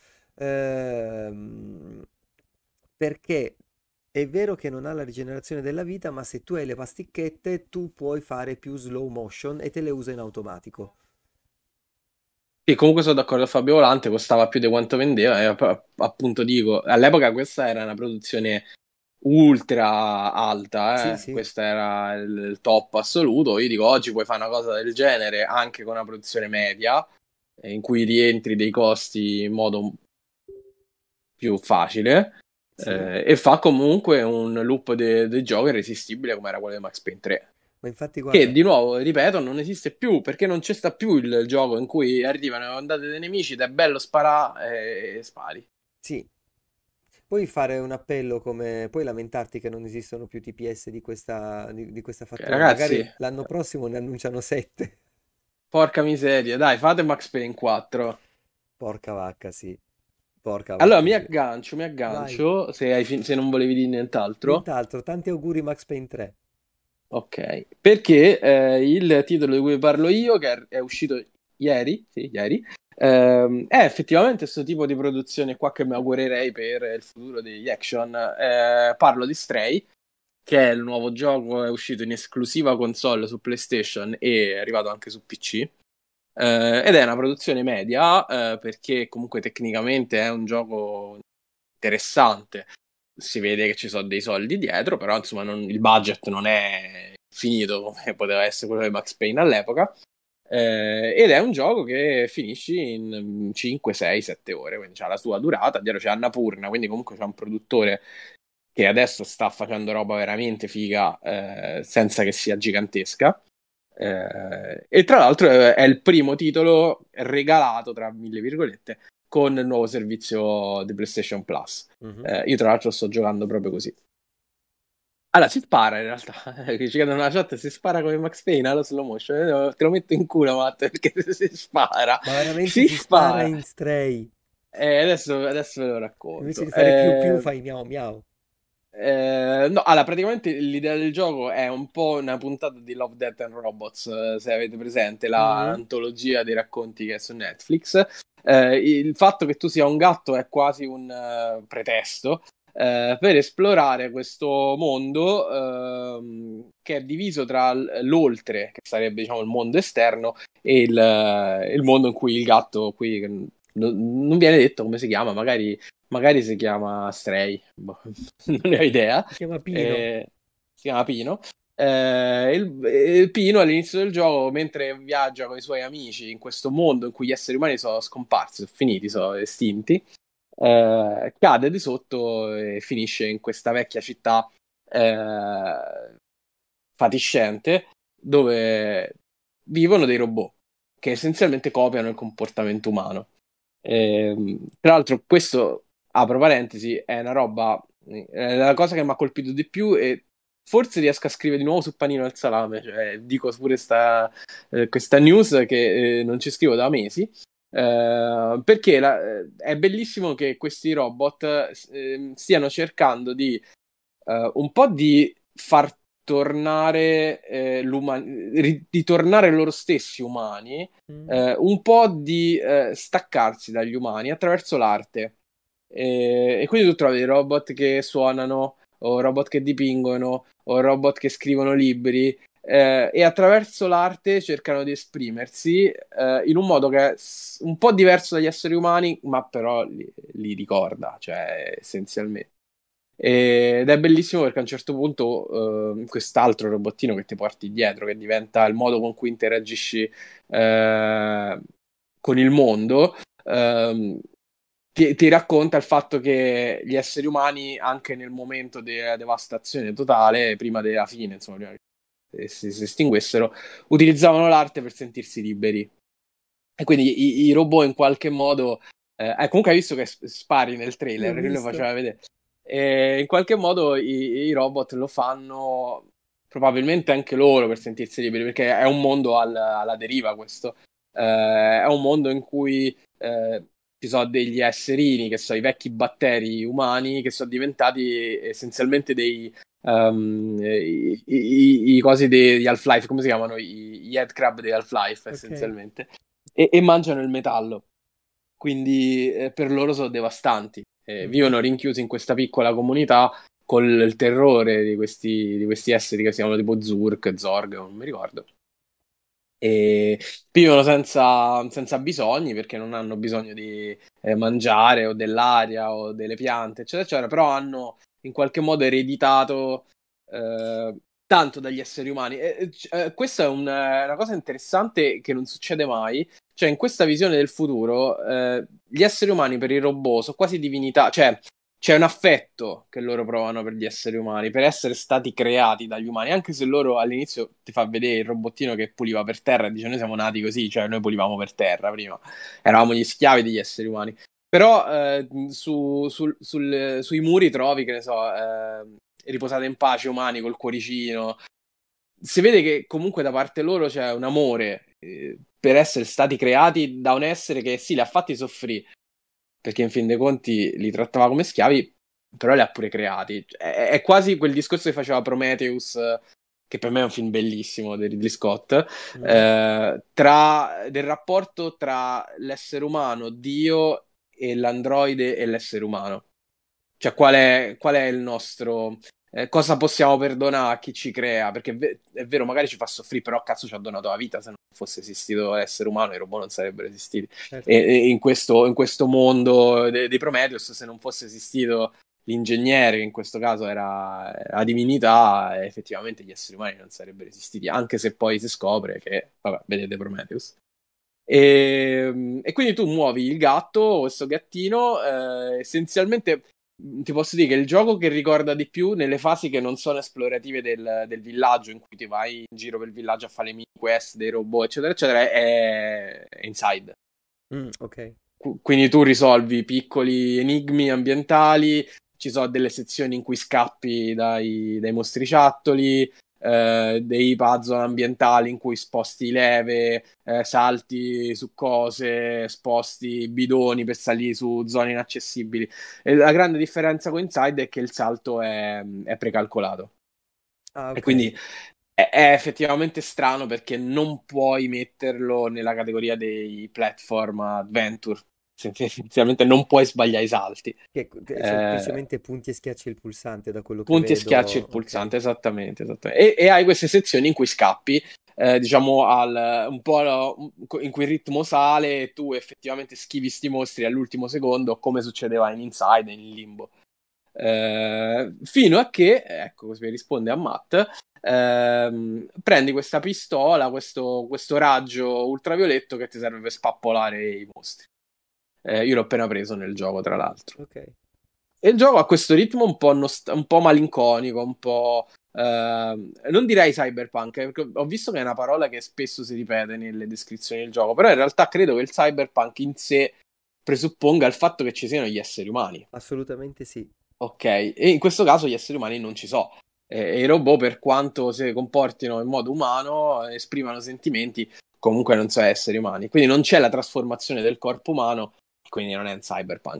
Ehm, perché è vero che non ha la rigenerazione della vita, ma se tu hai le pasticchette, tu puoi fare più slow motion e te le usa in automatico. Sì, comunque sono d'accordo con Fabio Volante, costava più di quanto vendeva, e app- appunto dico, all'epoca questa era una produzione ultra Sì, alta, eh. sì, Questo era il, il top assoluto. Io dico, oggi puoi fare una cosa del genere anche con una produzione media, eh, in cui rientri dei costi in modo più facile, sì. eh, e fa comunque un loop di gioco irresistibile come era quello di Max Payne tre. Ma infatti, Che guarda, di nuovo, ripeto, non esiste più perché non c'è sta più il gioco in cui arrivano ondate dei nemici ed è bello sparare e spari. sì, puoi fare un appello come... Puoi lamentarti che non esistono più T P S di questa, di, di questa Cioè, fattura. ragazzi, Magari l'anno prossimo ne annunciano sette. porca miseria, dai, fate Max Payne quattro. Porca vacca, sì. Porca Allora, vacca, mi sì. aggancio, mi Vai. aggancio, se, hai fin- se non volevi dire nient'altro. Nient'altro, tanti auguri Max Payne tre. Ok, perché eh, il titolo di cui parlo io, che è, è uscito ieri, sì, ieri, ehm, è effettivamente questo tipo di produzione qua che mi augurerei per il futuro degli action. Eh, parlo di Stray, che è il nuovo gioco, è uscito in esclusiva console su PlayStation e è arrivato anche su P C. Eh, ed è una produzione media, eh, perché comunque tecnicamente è un gioco interessante. Si vede che ci sono dei soldi dietro, però insomma non- il budget non è finito come poteva essere quello di Max Payne all'epoca. Eh, ed è un gioco che finisci in cinque, sei, sette ore, quindi ha la sua durata. Dietro c'è Annapurna, quindi comunque c'è un produttore che adesso sta facendo roba veramente figa, eh, senza che sia gigantesca. Eh, e tra l'altro è, è il primo titolo regalato, tra mille virgolette, con il nuovo servizio di PlayStation Plus. Mhm. Eh, io tra l'altro sto giocando proprio così. Allora, si spara in realtà, che ci chiedono nella chat, si spara come Max Payne allo slow motion. Eh, te lo metto in culo, Matt, perché si spara. Ma veramente Si si spara spara. in Stray. Eh, adesso, adesso ve lo Invece racconto. di fare più più Eh, fai miau miau. eh, no, allora, praticamente l'idea del gioco è un po' una puntata di Love, Death and Robots, eh, se avete presente Mhm. l'antologia dei racconti che è su Netflix. Eh, il fatto che tu sia un gatto è quasi un eh, pretesto, eh, per esplorare questo mondo, ehm, che è diviso tra l- l'oltre, che sarebbe, diciamo, il mondo esterno, e il, eh, il mondo in cui il gatto, qui, non non viene detto come si chiama, magari magari si chiama Stray, boh, non ne ho idea. Si chiama Pino. Eh, si chiama Pino. Eh, il, il Pino all'inizio del gioco, mentre viaggia con i suoi amici in questo mondo in cui gli esseri umani sono scomparsi, sono finiti, sono estinti, eh, cade di sotto e finisce in questa vecchia città, eh, fatiscente, dove vivono dei robot che essenzialmente copiano il comportamento umano. Ehm, tra l'altro, questo, apro parentesi, è una roba, è la cosa che mi ha colpito di più e forse riesco a scrivere di nuovo su Panino al salame, cioè dico pure sta, eh, questa news che eh, non ci scrivo da mesi. Eh, perché la- eh, è bellissimo che questi robot eh, stiano cercando di eh, un po' di far tornare eh, l'uman- ri- di tornare loro stessi umani, Mm. eh, un po' di eh, staccarsi dagli umani attraverso l'arte. E, e quindi tu trovi robot che suonano, o robot che dipingono, o robot che scrivono libri, eh, e attraverso l'arte cercano di esprimersi eh, in un modo che è s- un po' diverso dagli esseri umani, ma però li, li ricorda, cioè essenzialmente. Ed è bellissimo perché a un certo punto eh, quest'altro robottino che ti porti dietro, che diventa il modo con cui interagisci eh, con il mondo, ehm, ti, ti racconta il fatto che gli esseri umani, anche nel momento della devastazione totale, prima della fine, insomma, prima che si, si estinguessero, utilizzavano l'arte per sentirsi liberi. E quindi i, i robot in qualche modo... Eh, eh, comunque hai visto che s- spari nel Sì, ho trailer, che lo visto. faceva vedere. E in qualche modo i, i robot lo fanno probabilmente anche loro per sentirsi liberi, perché è un mondo al- alla deriva questo. Eh, è un mondo in cui eh, ci sono degli esserini, che sono i vecchi batteri umani, che sono diventati essenzialmente dei... um, i, i- i cosi degli Half-Life, come si chiamano? I, gli headcrab di Half-Life, Ok. essenzialmente. E, e mangiano il metallo, quindi eh, per loro sono devastanti. Eh, Mhm. vivono rinchiusi in questa piccola comunità con il terrore di questi, di questi esseri che si chiamano tipo Zurk, Zorg, non mi ricordo. E vivono senza, senza bisogni perché non hanno bisogno di eh, mangiare o dell'aria o delle piante, eccetera, eccetera, però hanno in qualche modo ereditato eh, tanto dagli esseri umani. E, eh, questa è un- una cosa interessante che non succede mai. Cioè, in questa visione del futuro, eh, gli esseri umani per i robot sono quasi divinità, cioè c'è un affetto che loro provano per gli esseri umani, per essere stati creati dagli umani, anche se loro all'inizio ti fa vedere il robottino che puliva per terra e dice noi siamo nati così, cioè noi pulivamo per terra prima, eravamo gli schiavi degli esseri umani. Però eh, su- sul- sul- sui muri trovi, che ne so, eh, riposate in pace umani col cuoricino. Si vede che comunque da parte loro c'è un amore eh, per essere stati creati da un essere che sì, li ha fatti soffrire, perché in fin dei conti li trattava come schiavi, però li ha pure creati. È, è quasi quel discorso che faceva Prometheus, eh, che per me è un film bellissimo di Ridley Scott, Mm. eh, tra, del rapporto tra l'essere umano, Dio, e l'androide e l'essere umano. Cioè, qual è, qual è il nostro... eh, cosa possiamo perdonare a chi ci crea? Perché è, ve- è vero, magari ci fa soffrire, però cazzo ci ha donato la vita, se non fosse esistito l'essere umano, i robot non sarebbero esistiti. E, Certo. e in questo, in questo mondo de- dei Prometheus, se non fosse esistito l'ingegnere, che in questo caso era la divinità, eh, effettivamente gli esseri umani non sarebbero esistiti, anche se poi si scopre che, vabbè, vedete Prometheus. E, e quindi tu muovi il gatto, questo gattino, eh, essenzialmente mh, ti posso dire che il gioco che ricorda di più nelle fasi che non sono esplorative del, del villaggio, in cui ti vai in giro per il villaggio a fare le mini quest dei robot, eccetera, eccetera, è, è Inside. Mm, ok. Qu- Quindi tu risolvi piccoli enigmi ambientali, ci sono delle sezioni in cui scappi dai, dai mostriciattoli, eh, dei puzzle ambientali in cui sposti leve, eh, salti su cose, sposti bidoni per salire su zone inaccessibili. E la grande differenza con Inside è che il salto è, è precalcolato. Ah, E ok. quindi è, è effettivamente strano perché non puoi metterlo nella categoria dei platform adventure. Essenzialmente non puoi sbagliare i salti. Che, che Eh, semplicemente punti e schiacci il pulsante, da quello che punti e vedo. schiacci il Ok. pulsante, esattamente. esattamente. E, e hai queste sezioni in cui scappi, eh, diciamo, al, un po' lo- in cui il ritmo sale e tu effettivamente schivi sti mostri all'ultimo secondo, come succedeva in Inside e in Limbo. Eh, fino a che, ecco, così risponde a Matt, ehm, prendi questa pistola, questo, questo raggio ultravioletto che ti serve per spappolare i mostri. Eh, io l'ho appena preso nel gioco, tra l'altro. Ok. E il gioco ha questo ritmo un po', nost- un po' malinconico, un po'... ehm, non direi cyberpunk, eh, perché ho visto che è una parola che spesso si ripete nelle descrizioni del gioco, però in realtà credo che il cyberpunk in sé presupponga il fatto che ci siano gli esseri umani. Assolutamente sì. Ok, e in questo caso gli esseri umani non ci sono. E, e i robot, per quanto si comportino in modo umano, esprimano sentimenti, comunque non sono esseri umani. Quindi non c'è la trasformazione del corpo umano, quindi non è un cyberpunk.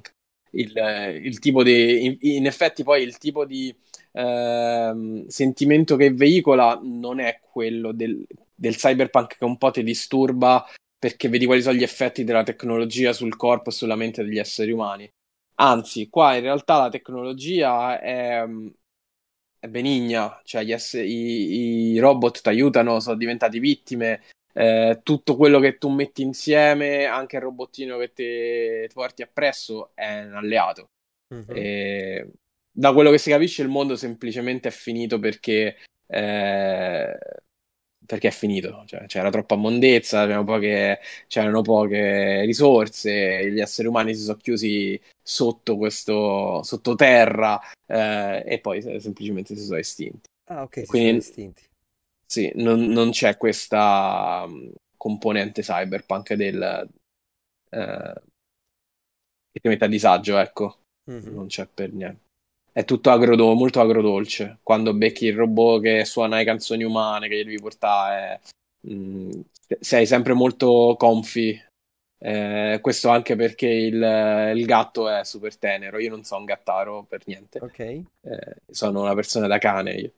il, il tipo di, in, in effetti poi il tipo di ehm, sentimento che veicola non è quello del, del cyberpunk che un po' ti disturba perché vedi quali sono gli effetti della tecnologia sul corpo e sulla mente degli esseri umani. Anzi, qua in realtà la tecnologia è, è benigna, cioè gli ess- i, i robot ti aiutano, sono diventati vittime, eh, tutto quello che tu metti insieme, anche il robottino che te- ti porti appresso, è un alleato. Mhm. E da quello che si capisce, il mondo semplicemente è finito perché, eh, perché è finito. Cioè, c'era troppa mondezza, c'erano poche, c'erano poche risorse, gli esseri umani si sono chiusi sotto questo sottoterra eh, e poi se- semplicemente si sono estinti. Ah, ok, E si sono quindi estinti. sì, non, non c'è questa mh, componente cyberpunk del, eh, che ti mette a disagio, ecco, Mhm. non c'è per niente. È tutto agrodo- molto agrodolce. Quando becchi il robot che suona le canzoni umane che gli devi portare, mh, sei sempre molto comfy. Eh, questo anche perché il, il gatto è super tenero. Io non sono un gattaro per niente. Ok. Eh, sono una persona da cane io.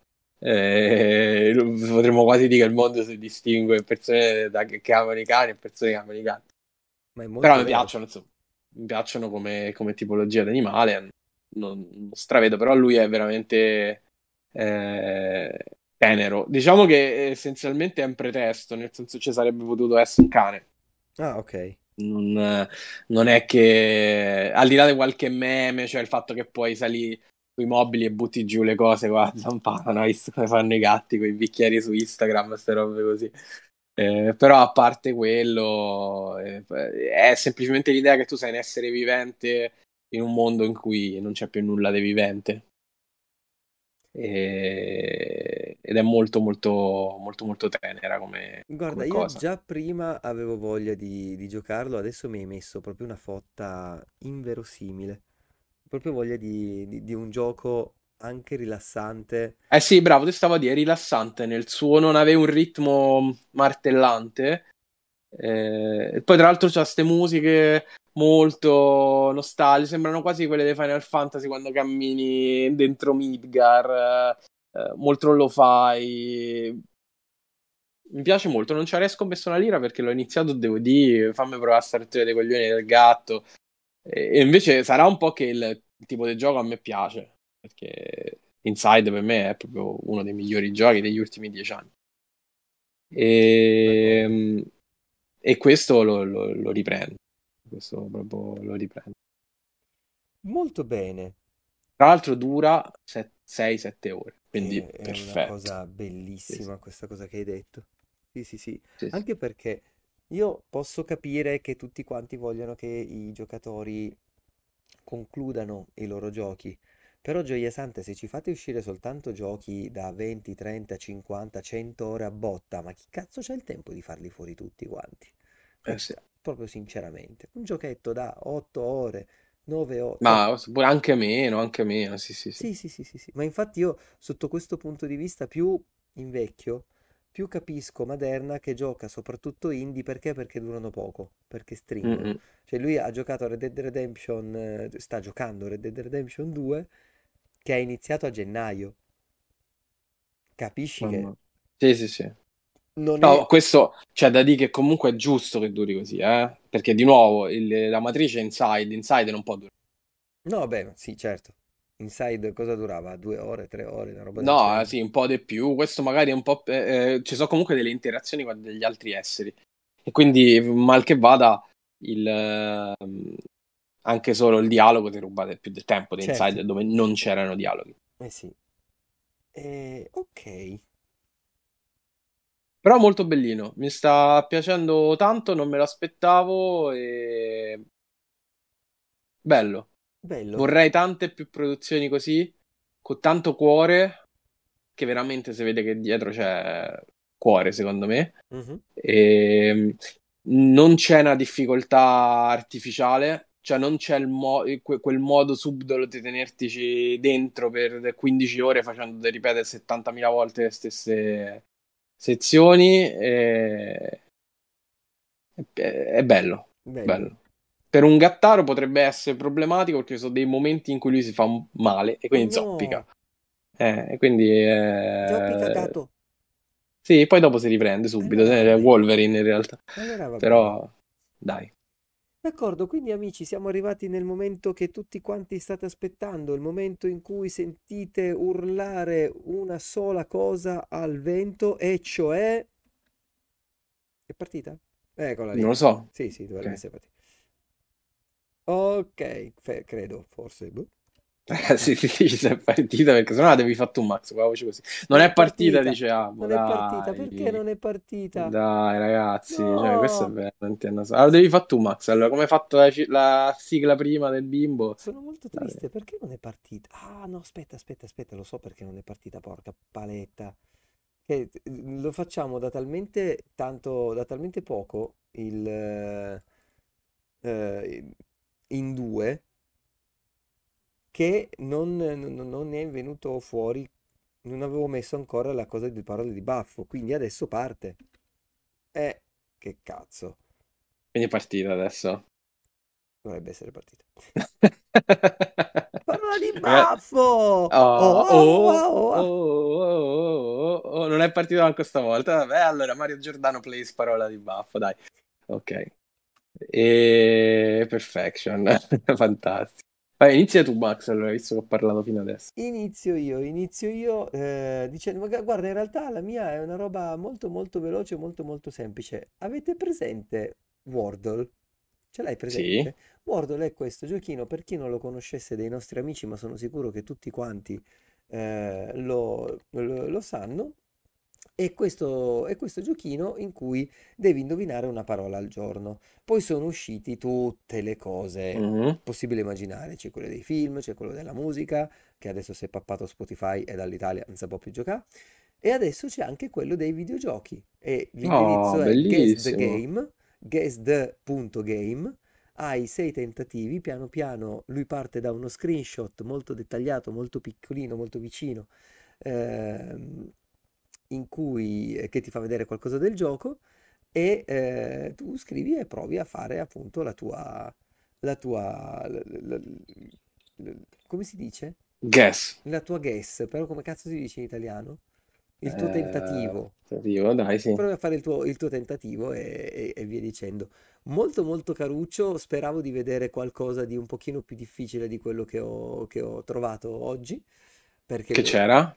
Eh, potremmo quasi dire che il mondo si distingue in persone da- che amano i cani e persone che amano i gatti. Ma è Però molto mi vero. piacciono, insomma, mi piacciono come, come tipologia di animale, non, non stravedo, però lui è veramente eh, tenero. Diciamo che essenzialmente è un pretesto, nel senso ci sarebbe potuto essere un cane. Ah, ok. Non, non è che, al di là di qualche meme, cioè il fatto che poi sali sui mobili e butti giù le cose qua a zampata, no? Hai visto come fanno i gatti con i bicchieri su Instagram, queste robe così. Eh, però a parte quello, eh, è semplicemente l'idea che tu sei un essere vivente in un mondo in cui non c'è più nulla di vivente. E- ed è molto molto molto molto tenera come, Guarda, come io cosa. già prima avevo voglia di, di giocarlo, adesso mi hai messo proprio una fotta inverosimile. Proprio voglia di, di- di un gioco anche rilassante. Eh sì, bravo, ti stavo a dire, è rilassante nel suo, non aveva un ritmo martellante. Eh, e poi tra l'altro c'ha queste musiche molto nostalgiche, sembrano quasi quelle dei Final Fantasy quando cammini dentro Midgar, eh, eh, molto lo fai. Mi piace molto, non ci avrei scommesso una lira perché l'ho iniziato, devo dire, fammi provare a stare dei coglioni del gatto. E, e invece sarà un po' che il, il tipo di gioco a me piace, perché Inside per me è proprio uno dei migliori giochi degli ultimi dieci anni. D'accordo. E, e questo lo, lo, lo riprende, questo proprio lo riprende. Molto bene. Tra l'altro dura sei sette ore, quindi È, è una perfetto. cosa Sì, sì, bellissima questa cosa che hai detto. Sì, sì, sì. sì, sì. Anche perché io posso capire che tutti quanti vogliono che i giocatori concludano i loro giochi. Però Gioia Santa, se ci fate uscire soltanto giochi da venti, trenta, cinquanta, cento ore a botta, ma chi cazzo c'ha il tempo di farli fuori tutti quanti? Eh, Cioè, sì. proprio sinceramente, un giochetto da otto ore, nove ore, cioè Ma pure anche meno, anche meno, sì, sì, sì. sì, sì, sì, sì, sì. Ma infatti io sotto questo punto di vista più invecchio, più capisco Maderna che gioca soprattutto indie perché? Perché durano poco, perché stringono. Mm-mm. Cioè lui ha giocato a Red Dead Redemption, eh, sta giocando Red Dead Redemption due che ha iniziato a gennaio. Capisci che Mamma. Sì, sì, sì. non No, è... questo c'è da dire che comunque è giusto che duri così, eh? Perché di nuovo il- la matrice è Inside, Inside non può durare. No, beh, ma sì, certo. Inside cosa durava? Due ore, tre ore, una roba del No, eh, genere. sì, un po' di più. Questo magari è un po'. Eh, eh, ci sono comunque delle interazioni con degli altri esseri. E quindi, mal che vada, il, ehm, anche solo il dialogo ti ruba più del tempo di Certo. Inside, dove non c'erano dialoghi. Eh sì. Eh, ok. Però molto bellino, mi sta piacendo tanto, non me l'aspettavo e bello. Bello. Vorrei tante più produzioni così, con tanto cuore, che veramente si vede che dietro c'è cuore, secondo me. Mhm. E non c'è una difficoltà artificiale, cioè non c'è il mo- que- quel modo subdolo di tenertici dentro per quindici ore facendo ripetere settantamila volte le stesse sezioni. E... È, è bello, Bello. bello. per un gattaro potrebbe essere problematico perché ci sono dei momenti in cui lui si fa un- male e Oh quindi zoppica. no, Eh, e quindi zoppica eh, gatto. sì, poi dopo si riprende subito. Allora È vabbè, Wolverine in realtà. allora va bene. Però dai. D'accordo, quindi amici, siamo arrivati nel momento che tutti quanti state aspettando, il momento in cui sentite urlare una sola cosa al vento, e cioè... È partita? Eccola Non lì. lo so. Sì, sì, dovrebbe Ok. essere partita. Ok, fe- credo, forse. Boh. Eh, sì, sì, sì, se è partita perché sennò la devi fare tu, Max, con la voce così. Non Non è è partita, partita, diciamo, non è partita, perché dai. non è partita? Dai, ragazzi, cioè, questo è No! veramente una... Allora devi fare tu, Max. Allora, come hai fatto la, ci- la sigla prima del bimbo? Sono molto Dai. triste, perché non è partita? Ah, no, aspetta, aspetta, aspetta, lo so perché non è partita, porca paletta. Che eh, lo facciamo da talmente tanto, da talmente poco il, eh, eh, in due che non, non- non è venuto fuori, non avevo messo ancora la cosa di parole di baffo, quindi adesso parte. Eh, che cazzo, Quindi è partita adesso. dovrebbe essere partita. Parola di Eh, baffo! Oh, Oh, oh, oh, oh, oh, oh. oh, oh, oh, non è partito anche stavolta. Vabbè, allora Mario Giordano plays parola di baffo, dai. Ok. E Perfection, fantastico. Vai, inizia tu, Max, allora, visto che ho parlato fino adesso. Inizio io, inizio io eh, dicendo, ma gu- guarda, in realtà la mia è una roba molto molto veloce, molto molto semplice. Avete presente Wordle? Ce l'hai Sì. presente? Wordle è questo giochino, per chi non lo conoscesse dei nostri amici, ma sono sicuro che tutti quanti eh, lo, lo- lo sanno. È questo, è questo giochino in cui devi indovinare una parola al giorno. Poi sono usciti tutte le cose Mhm. possibili e immaginare. C'è quello dei film, c'è quello della musica, che adesso si è pappato Spotify e dall'Italia non si può più giocare. E adesso c'è anche quello dei videogiochi. E Oh, l'indirizzo è guess the bellissimo. game, guess the punto game. Hai sei tentativi, piano piano lui parte da uno screenshot molto dettagliato, molto piccolino, molto vicino, ehm, in cui, eh, che ti fa vedere qualcosa del gioco e eh, tu scrivi e provi a fare appunto la tua, la tua, l- l- l- l- come si dice? Guess. La tua guess, però come cazzo si dice in italiano? Il tuo Eh, tentativo. tentativo, dai, sì. Provi a fare il tuo, il tuo tentativo e, e- e via dicendo. Molto molto caruccio, speravo di vedere qualcosa di un pochino più difficile di quello che ho, che ho trovato oggi, perché Che le- c'era?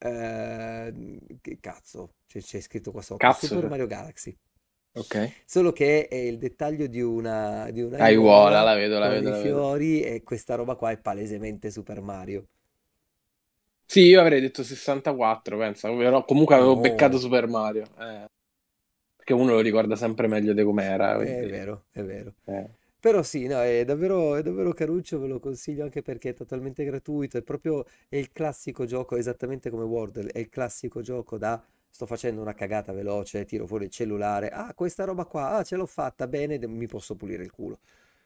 eh, che cazzo, c'è c'è scritto qua sotto, Cazzo, Super c'è. Mario Galaxy. Ok. Solo che è il dettaglio di una, di Aiuola, un'aiuola la vedo, la con vedo, i la vedo. fiori e questa roba qua è palesemente Super Mario. Sì, io avrei detto sessantaquattro, pensa, però comunque avevo beccato No, Super Mario, eh, perché uno lo ricorda sempre meglio di com'era, è quindi... vero, è vero. eh. Però sì, no, è davvero, è davvero caruccio, ve lo consiglio anche perché è totalmente gratuito, è proprio è il classico gioco, esattamente come Wordle, è il classico gioco da sto facendo una cagata veloce, tiro fuori il cellulare, ah, questa roba qua, ah, ce l'ho fatta, bene, de- mi posso pulire il culo.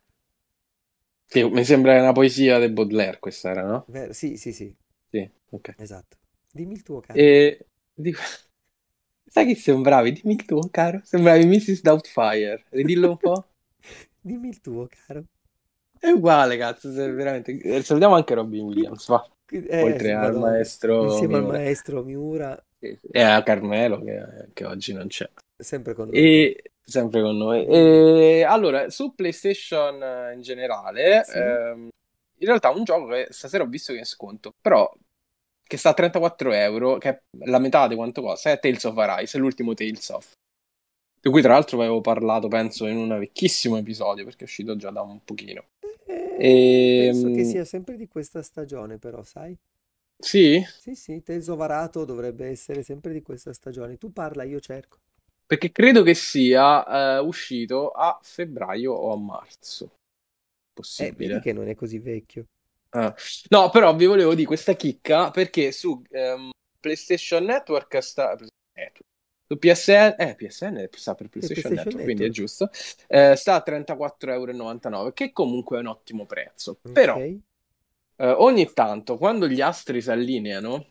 Sì, mi sembra una poesia di Baudelaire questa era, no? Vero? Sì, sì, sì, Sì, ok. esatto. Dimmi il tuo, caro. E... dico- Sai chi sembravi? Dimmi il tuo, caro. Sembravi missus Doubtfire. Ridillo un po'. Dimmi il tuo, caro. È uguale, cazzo, se veramente... eh, Salutiamo anche Robin Qui- Williams, va. qui- eh, sì, Oltre al Madonna. maestro Insieme al minore. maestro Miura, Sì, sì. E a Carmelo, che, che oggi non c'è. sempre con noi però. E sempre con noi. Dimmi. E, allora, su PlayStation eh, in generale, Sì? ehm, in realtà un gioco che stasera ho visto che è in sconto, però che sta a trentaquattro euro, che è la metà di quanto costa, è Tales of Arise, è l'ultimo Tales of. Di cui tra l'altro avevo parlato, penso, in un vecchissimo episodio, perché è uscito già da un pochino. Eh, penso che E, sia sempre di questa stagione però, sai? sì, Sì, sì, Teso Varato dovrebbe essere sempre di questa stagione. Tu parla, io cerco. perché credo che sia eh, uscito a febbraio o a marzo. Eh, vedi Possibile. che non è così vecchio. Ah. No, però vi volevo dire questa chicca perché su ehm, PlayStation Network sta... eh, su P S N, eh, P S N sta per È PlayStation PlayStation Network, quindi è Network. giusto, eh, sta a trentaquattro e novantanove euro, che comunque è un ottimo prezzo. Però Ok. eh, ogni tanto, quando gli astri si allineano,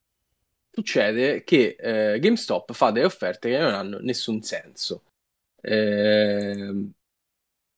succede che eh, GameStop fa delle offerte che non hanno nessun senso. Eh,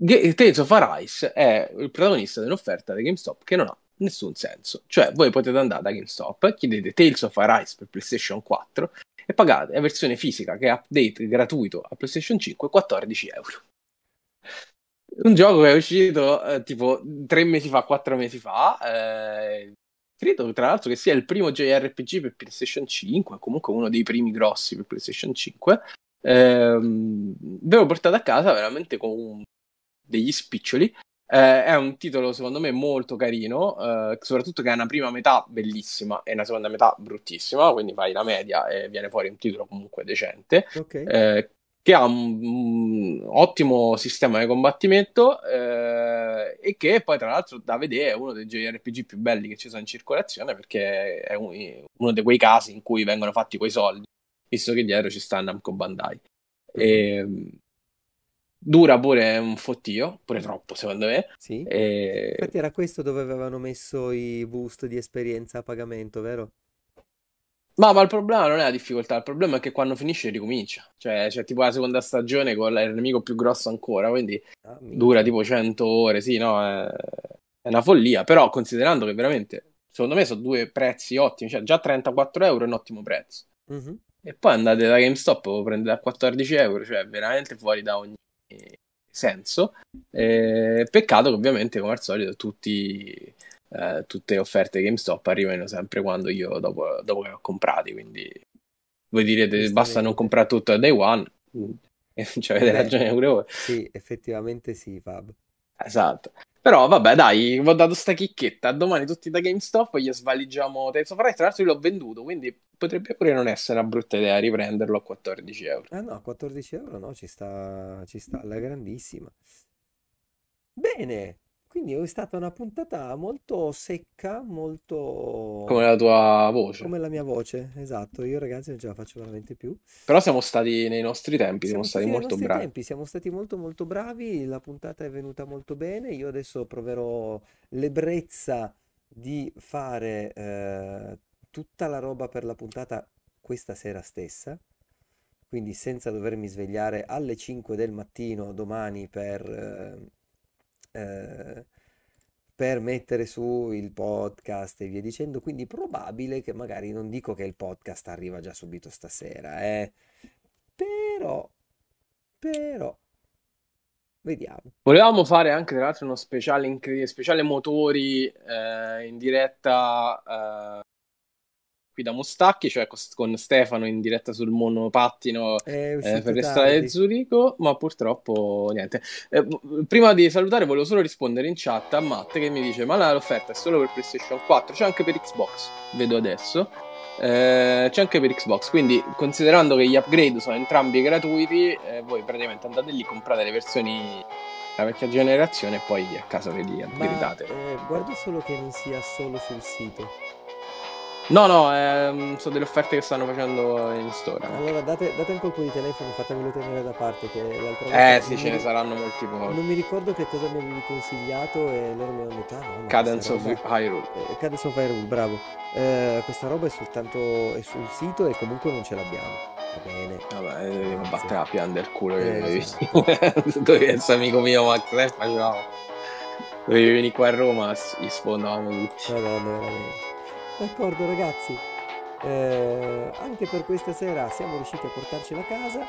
Ge- Tales of Arise è il protagonista di un'offerta di GameStop che non ha nessun senso. Cioè, voi potete andare da GameStop, chiedete Tales of Arise per PlayStation quattro e pagate la versione fisica che è update gratuito a PlayStation cinque quattordici euro. Un gioco che è uscito eh, tipo tre mesi fa, quattro mesi fa. eh, credo tra l'altro che sia il primo J R P G per PlayStation cinque, comunque uno dei primi grossi per PlayStation cinque. Ehm, ve l'ho portato a casa veramente con un- degli spiccioli. Eh, è un titolo secondo me molto carino, eh, soprattutto che ha una prima metà bellissima e una seconda metà bruttissima, quindi fai la media e viene fuori un titolo comunque decente. Ok. eh, che ha un, un ottimo sistema di combattimento eh, e che poi tra l'altro da vedere è uno dei J R P G più belli che ci sono in circolazione, perché è un- uno di quei casi in cui vengono fatti quei soldi, visto che dietro ci sta Namco Bandai. Mhm. E, dura pure un fottio, pure troppo secondo me. Sì. E, Infatti era questo dove avevano messo i boost di esperienza a pagamento, vero? Ma, ma il problema non è la difficoltà, il problema è che quando finisce ricomincia. Cioè, c'è tipo la seconda stagione con il nemico più grosso ancora, quindi Ah, dura minchia. tipo cento ore, sì, no, è, è una follia. Però considerando che veramente, secondo me sono due prezzi ottimi, cioè già trentaquattro euro è un ottimo prezzo. Mhm. E poi andate da GameStop, lo prendete a quattordici euro, cioè veramente fuori da ogni senso. Eh, peccato che ovviamente, come al solito, tutti, eh, tutte le offerte GameStop arrivano sempre quando io dopo, dopo che le ho comprati, quindi voi direte basta non Giustamente. comprare tutto a day one. Mm. E ci E avete beh, ragione pure voi. sì, effettivamente sì, Fab. Esatto. Però vabbè, dai, vi ho dato sta chicchetta. Domani tutti da GameStop gli svaligiamo Tales of Arise. Tra l'altro io l'ho venduto, quindi potrebbe pure non essere una brutta idea riprenderlo a quattordici euro. Ah no, quattordici euro no, ci sta, ci sta alla grandissima. Bene, quindi è stata una puntata molto secca, molto Come la tua voce. come la mia voce, esatto. Io ragazzi non ce la faccio veramente più. Però siamo stati nei nostri tempi, siamo Siamo stati stati nei molto nostri bravi. tempi, siamo stati molto molto bravi, la puntata è venuta molto bene. Io adesso proverò l'ebbrezza di fare eh, tutta la roba per la puntata questa sera stessa, quindi senza dovermi svegliare alle cinque del mattino domani per, eh, eh, per mettere su il podcast e via dicendo. Quindi probabile che magari non dico che il podcast arriva già subito stasera, eh. Però, però, vediamo. Volevamo fare anche, tra l'altro, uno speciale, incre- speciale motori eh, in diretta eh, qui da Mostacchi, cioè cos- con Stefano in diretta sul monopattino È eh, per uscito le strade di tardi. Zurigo, ma purtroppo niente. Eh, v- prima di salutare, volevo solo rispondere in chat a Matt che mi dice: Ma la- l'offerta è solo per PlayStation quattro, c'è anche per Xbox, vedo adesso. Eh, c'è anche per Xbox, quindi considerando che gli upgrade sono entrambi gratuiti, eh, voi praticamente andate lì, comprate le versioni la vecchia generazione e poi a caso ve li Ma upgradate. eh, guarda solo che non sia solo sul sito. No, no, ehm, sono delle offerte che stanno facendo in store anche. Allora date, date un colpo di telefono, fatemelo tenere da parte, che l'altra volta Eh non sì, mi, ce ne ri- saranno molti non pochi. mi ricordo che cosa mi avevi consigliato e loro mi hanno detto, ah no, ma questa Cadence of roba, Hyrule. eh, Cadence of Hyrule, bravo. Eh, questa roba è soltanto è sul sito e comunque non ce l'abbiamo. Va bene, Vabbè, eh, grazie. vattene a piangere il culo che Eh, dovevi. esatto. Dovevi essere amico mio, Max, eh, facevamo. Dovevi venire qua a Roma, s- gli sfondavamo tutti. Madonna, veramente. D'accordo, ragazzi. Eh, anche per questa sera siamo riusciti a portarcela a casa.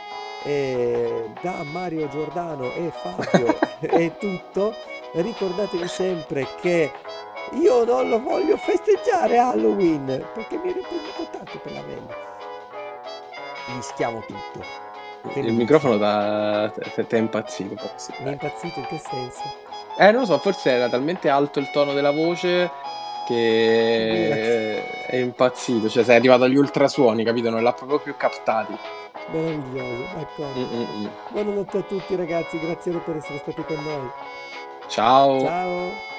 E da Mario Giordano e Fabio è tutto. Ricordatevi sempre che io non lo voglio festeggiare Halloween perché mi è riprenduto tanto per la veglia. Mischiamo tutto. Che Il ne dici? microfono ti è impazzito, forse. Mi è impazzito in che senso? Eh, non lo so, forse era talmente alto il tono della voce Figurati. che è impazzito. Cioè, sei arrivato agli ultrasuoni, capito? Non l'ha proprio più captati. Meraviglioso, d'accordo. Mm-mm-mm. Buonanotte a tutti ragazzi, grazie per essere stati con noi. Ciao. Ciao!